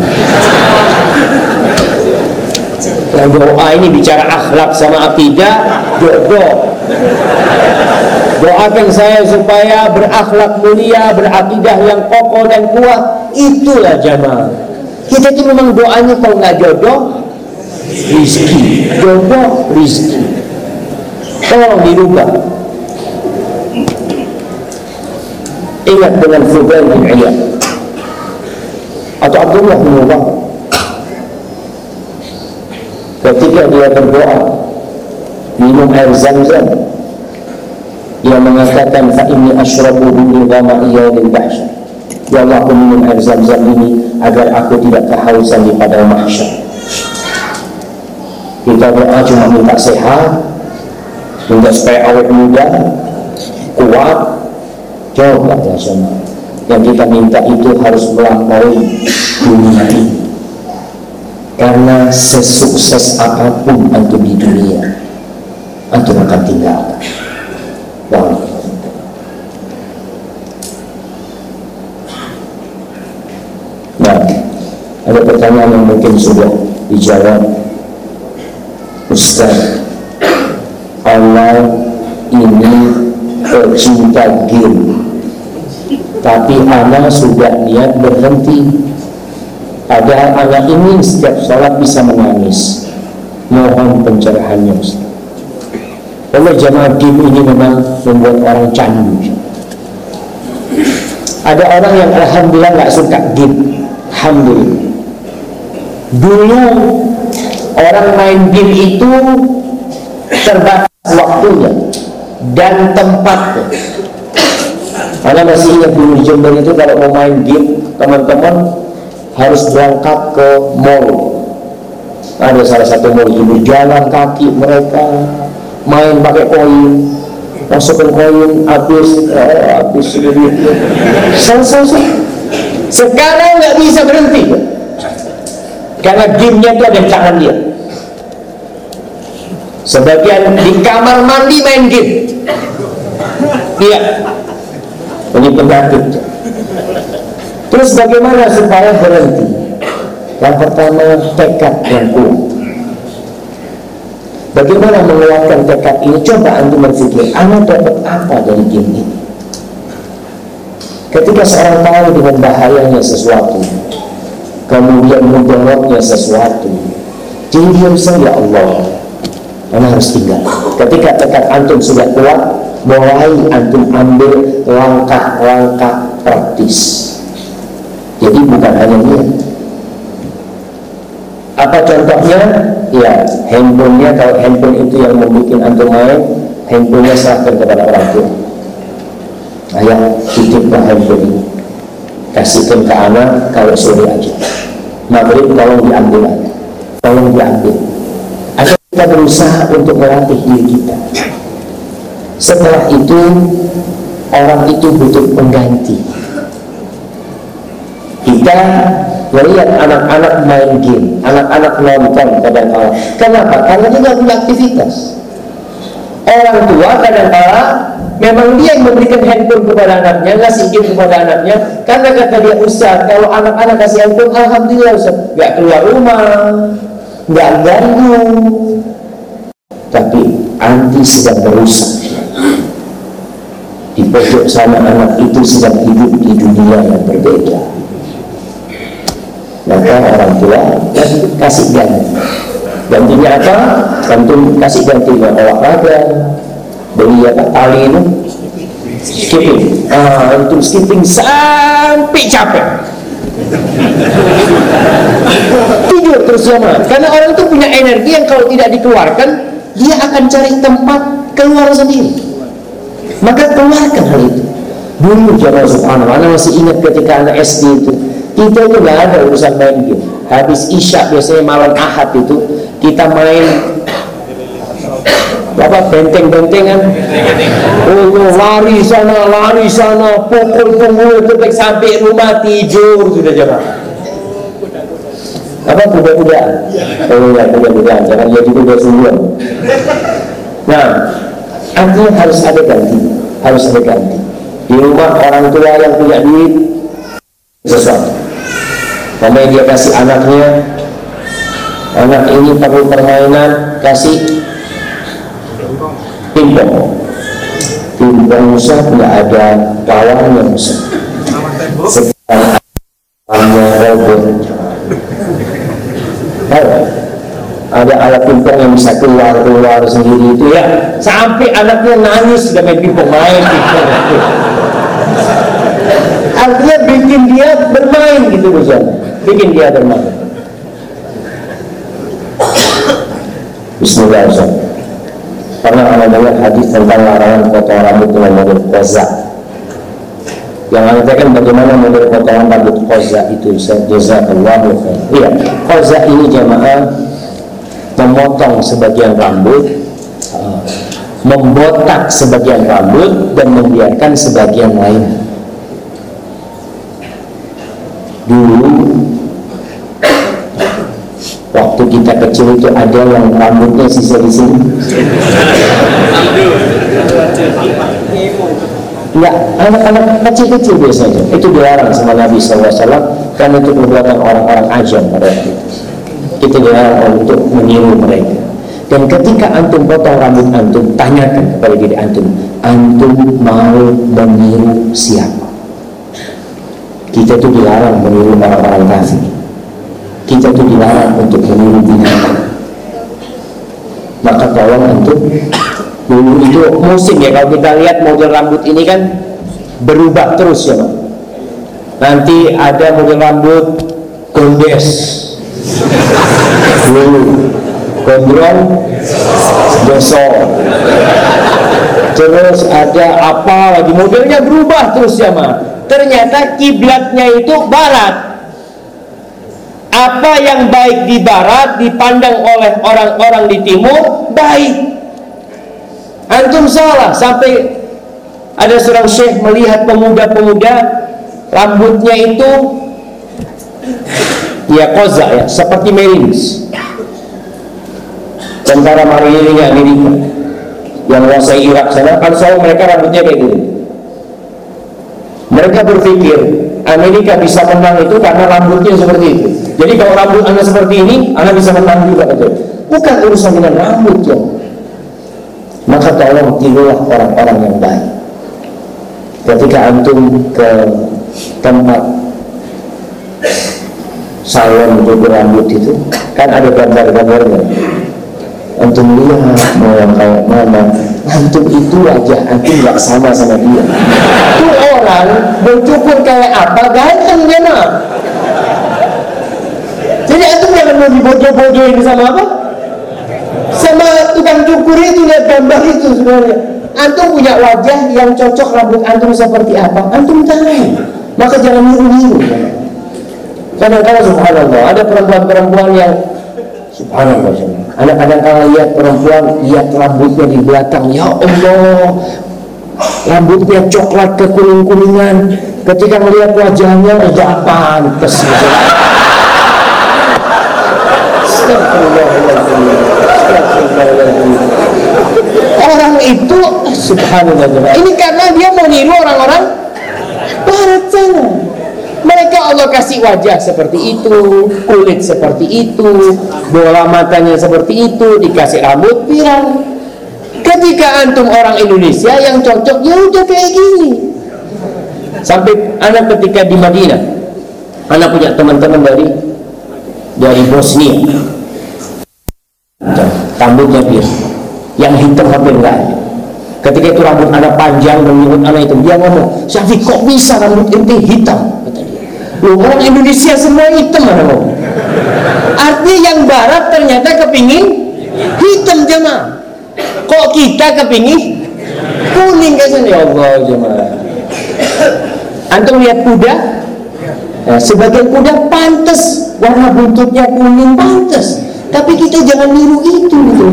Yang doa ini bicara akhlak sama akidah, jodoh. Doakan saya supaya berakhlak mulia, berakidah yang kokoh dan kuat. Itulah jamaah. Kita itu memang doanya kalau nggak jodoh, rizki. Jodoh, rizki. Tolong dirubah. Ingat dengan Fudail bin Iyad atau Abdullah bin Mubarak, ketika dia berdoa minum air Zam-Zam, dia mengatakan fa inni asyrabu min dhama'i yaumil bahsyar. Ya Allah, aku minum air Zam-Zam ini agar aku tidak kehausan di padang mahsyar. Kita doa cuma minta sehat, minta supaya awet muda, kuat. Coba ya sama. Yang kita minta itu harus melampaui dunia ini. Karena sesukses apapun antum di dunia, antum akan tinggalkan. Wow. Nah, ada pertanyaan yang mungkin sudah dijawab. Ustaz, Allah ini pecinta game, tapi anak sudah niat berhenti. Padahal anak ingin setiap sholat bisa menangis. Mohon pencerahannya Ustaz. Kalau jamaah game ini memang membuat orang candu. Ada orang yang alhamdulillah gak suka game. Alhamdulillah. Dulu orang main game itu terbatas waktunya dan tempatnya. Karena masih ingat dulu di Jember itu kalau mau main game, teman-teman harus berangkat ke mall. Ada salah satu mall itu jalan kaki mereka main pakai koin, masukin koin, habis begitu, selesai. Sekarang nggak bisa berhenti karena gamenya itu ada di tangan dia. Sebagian di kamar mandi main game. Iya, ini penyakit. Terus bagaimana supaya berhenti? Yang pertama, tekad yang kuat. Bagaimana menguatkan tekad ini? Coba antum berpikir, anak dapat apa dari game ini? Ketika seorang tahu dengan bahayanya sesuatu, kemudian mudaratnya sesuatu, jadi dia bisa, ya Allah, anak harus tinggal. Ketika tekad antum sudah kuat, mulai antum ambil langkah-langkah praktis. Jadi bukan hanya niat. Apa contohnya? Ya, handphonenya, kalau handphone itu yang membuat antum main, handphonenya serahkan kepada orang tua. Ayah, titiplah handphone ini. kasihkan ke anak kalau sore aja. Maghrib tolong diambil aja, tolong diambil. Agar kita berusaha untuk melatih diri kita. Setelah itu orang itu butuh pengganti. Kita melihat anak-anak main game, anak-anak nonton kadang-kala. Kenapa? Karena dia nggak punya aktivitas. Orang tua kadang-kala memang dia yang memberikan handphone kepada anaknya, ngasih game kepada anaknya. Karena kata dia, Ustaz, kalau anak-anak kasih handphone, alhamdulillah Ustaz, nggak keluar rumah, nggak ganggu. Tapi anti sedang merusak. Di pojok sana anak itu sedang hidup di dunia yang berbeda. Maka orang tua kasih ganti. Gantinya apa? Tentu kasih gantinya olahraga. Beli apa? Tali itu skipping. Untuk skipping sampai capek. Tidur terus zaman. Karena orang itu punya energi yang kalau tidak dikeluarkan, dia akan cari tempat keluar sendiri. Maka keluarkan hal itu. Dulu jamaah subhanallah, ana masih ingat ketika anak SD itu, kita itu nggak ada urusan main game. Habis isya biasanya malam Ahad itu kita main apa, benteng-bentengan. Lari sana, pukul itu sampai rumah tidur sudah jamaah. Apa kuda-kuda? Oh ya, kuda-kuda, jangan jadi kuda sungguhan. Nah, artinya harus ada ganti, harus ada ganti. Di rumah orang tua yang punya duit sesuatu, namanya dia kasih anaknya, anak ini perlu permainan, kasih pingpong. Pingpong Musa nggak ada lawannya Musa. Sekarang robot. Ada alat pingpong yang bisa keluar sendiri itu ya, sampai anaknya nangis sudah main pingpong. Artinya bikin dia bermain gitu Busan, bikin dia bermain. Bismillahirrahmanirrahim. Pernah anda dengar hadis tentang larangan potong rambut dengan model koza? Yang mengatakan bagaimana model potongan rambut koza itu? Jazakallahu khair. Iya, koza ini jamaah memotong sebagian rambut, membotak sebagian rambut, dan membiarkan sebagian lain. Dulu waktu kita kecil itu ada yang rambutnya sisa di sini. Ya, anak-anak kecil-kecil biasanya itu dilarang sama Nabi SAW karena itu perbuatan orang-orang ajam pada waktu itu. Kita dilarang untuk meniru mereka. Dan ketika antum potong rambut antum, tanyakan kepada diri antum, antum mau meniru siapa? Kita itu dilarang meniru orang-orang kafir. Kita itu dilarang untuk meniru binatang. Maka tolong antum, dulu itu musim ya, kalau kita lihat model rambut ini kan berubah terus ya, nanti ada model rambut gondes, dulu gondrong, besok, terus ada apa lagi, modelnya berubah terus ya mah. Ternyata kiblatnya itu barat. Apa yang baik di barat dipandang oleh orang-orang di timur baik. Antum salah. Sampai ada seorang syekh melihat pemuda-pemuda rambutnya itu ya koza ya, seperti Marines, tentara marinirnya Amerika yang menguasai Irak sana, kan selalu mereka rambutnya kayak gitu. Mereka berpikir Amerika bisa menang itu karena rambutnya seperti itu. Jadi kalau rambut anda seperti ini, anda bisa menang juga itu. Bukan urusan dengan rambut ya. Maka tolong tirulah orang-orang yang baik. Ketika antum ke tempat salon cukur rambut itu, kan ada gambar-gambarnya. Antum lihat mau yang kayak mana, antum itu wajah antum nggak sama dia. Itu orang bercukur kayak apa, ganteng dia mah. Jadi antum jangan mau dibodoh-bodohin sama apa? Sama tukang cukur itu, lihat gambar itu sebenarnya. Antum punya wajah yang cocok rambut antum seperti apa, antum tahu. Maka jangan niru-niru. Kadang-kadang subhanallah ada perempuan-perempuan yang subhanallah, anak kadang-kadang lihat perempuan, lihat rambutnya di belakang, ya Allah, rambutnya coklat ke kuning-kuningan. Ketika melihat wajahnya, tidak pantas. Orang itu subhanallah, ini karena dia mau niru orang-orang barat sana. Mereka Allah kasih wajah seperti itu, kulit seperti itu, bola matanya seperti itu, dikasih rambut pirang. Ketika antum orang Indonesia yang cocok, ya udah kayak gini. Sampai anak ketika di Madinah, anak punya teman-teman dari Bosnia, rambutnya pirang, yang hitam hampir enggak ada. Ketika itu rambut anak panjang dan menyebut anak itu, dia ngomong, Syafiq kok bisa rambut ente hitam? Loh, orang Indonesia semua hitam ada ngomong. Artinya yang barat ternyata kepingin hitam jemaah. Kok kita kepingin kuning kan? Ya Allah jemaah. Antum lihat kuda, nah, sebagian kuda pantas warna buntutnya kuning pantas, tapi kita jangan niru itu gitu.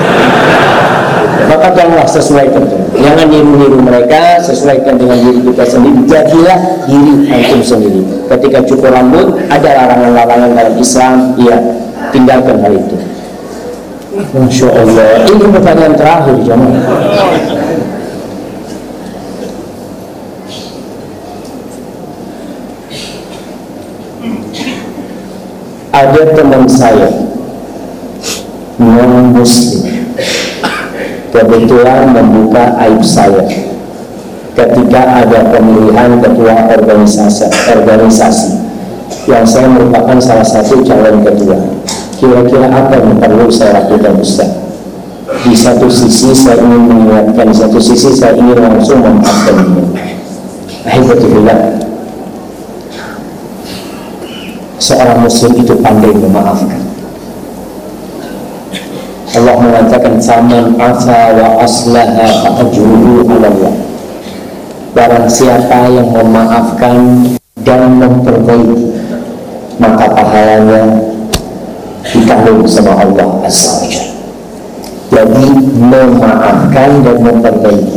Maka janganlah sesuaikan, jangan niru-niru mereka, sesuaikan dengan diri kita sendiri. Jadilah diri antum sendiri. Ketika cukur rambut, ada larangan-larangan dalam Islam, ya tinggalkan hal itu. Masya Allah, ini pertanyaan terakhir jemaah. Ada teman saya non-muslim kebetulan membuka aib saya ketika ada pemilihan ketua organisasi yang saya merupakan salah satu calon ketua. Kira-kira apa yang perlu saya lakukan Ustaz? Di satu sisi saya ingin mengingatkan, di satu sisi saya ingin langsung memaafkan dia. Alhamdulillah, seorang muslim itu pandai memaafkan. Allah mengatakan faman afa wa aslaha fa ajruhu 'ala Allah. Barang siapa yang memaafkan dan memperbaiki, maka pahalanya ditanggung sama Allah Azza wa Jalla. Jadi memaafkan dan memperbaiki.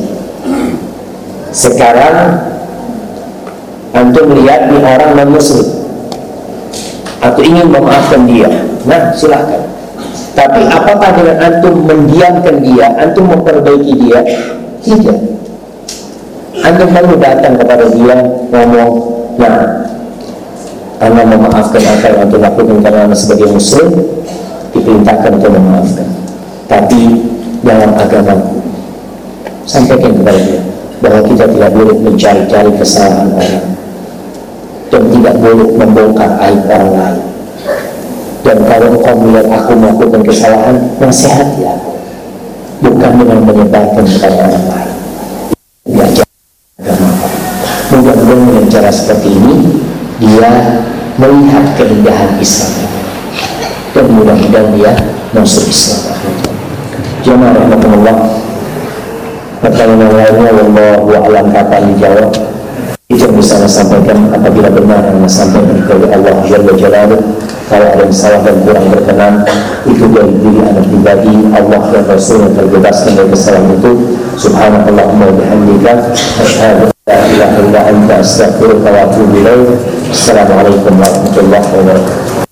Sekarang antum lihat nih orang non muslim atau ingin memaafkan dia, nah silahkan. Tapi apakah dengan antum mendiamkan dia, antum memperbaiki dia? Tidak. Antum perlu datang kepada dia, ngomong, nah, Anda memaafkan apa yang antum lakukan karena Anda sebagai muslim diperintahkan untuk memaafkan. Tapi dalam agamaku, sampaikan kepada dia bahwa kita tidak boleh mencari-cari kesalahan orang dan tidak boleh membongkar aib orang lain. Dan kalau engkau melihat aku melakukan kesalahan, nasihati aku, bukan dengan menyebarkan kepada orang lain. Belajar agama. Mudah-mudahan dengan cara seperti ini dia melihat keindahan Islam dan mudah-mudahan dia masuk Islam. Jemaah rahmatullah, pertanyaan lainnya wallahu a'lam kapan dijawab. Itu yang bisa saya sampaikan. Apabila benar yang saya sampaikan kepada Allah Jalla Jalaluh, kalau ada yang salah dan kurang berkenan, itu dari diri anda pribadi. Allah dan Rasul yang terbebaskan dari kesalahan itu. Subhanallahumma wa bihamdika asyhadu an la ilaha illa anta astaghfiruka wa atubu ilaik. Assalamualaikum warahmatullahi wabarakatuh.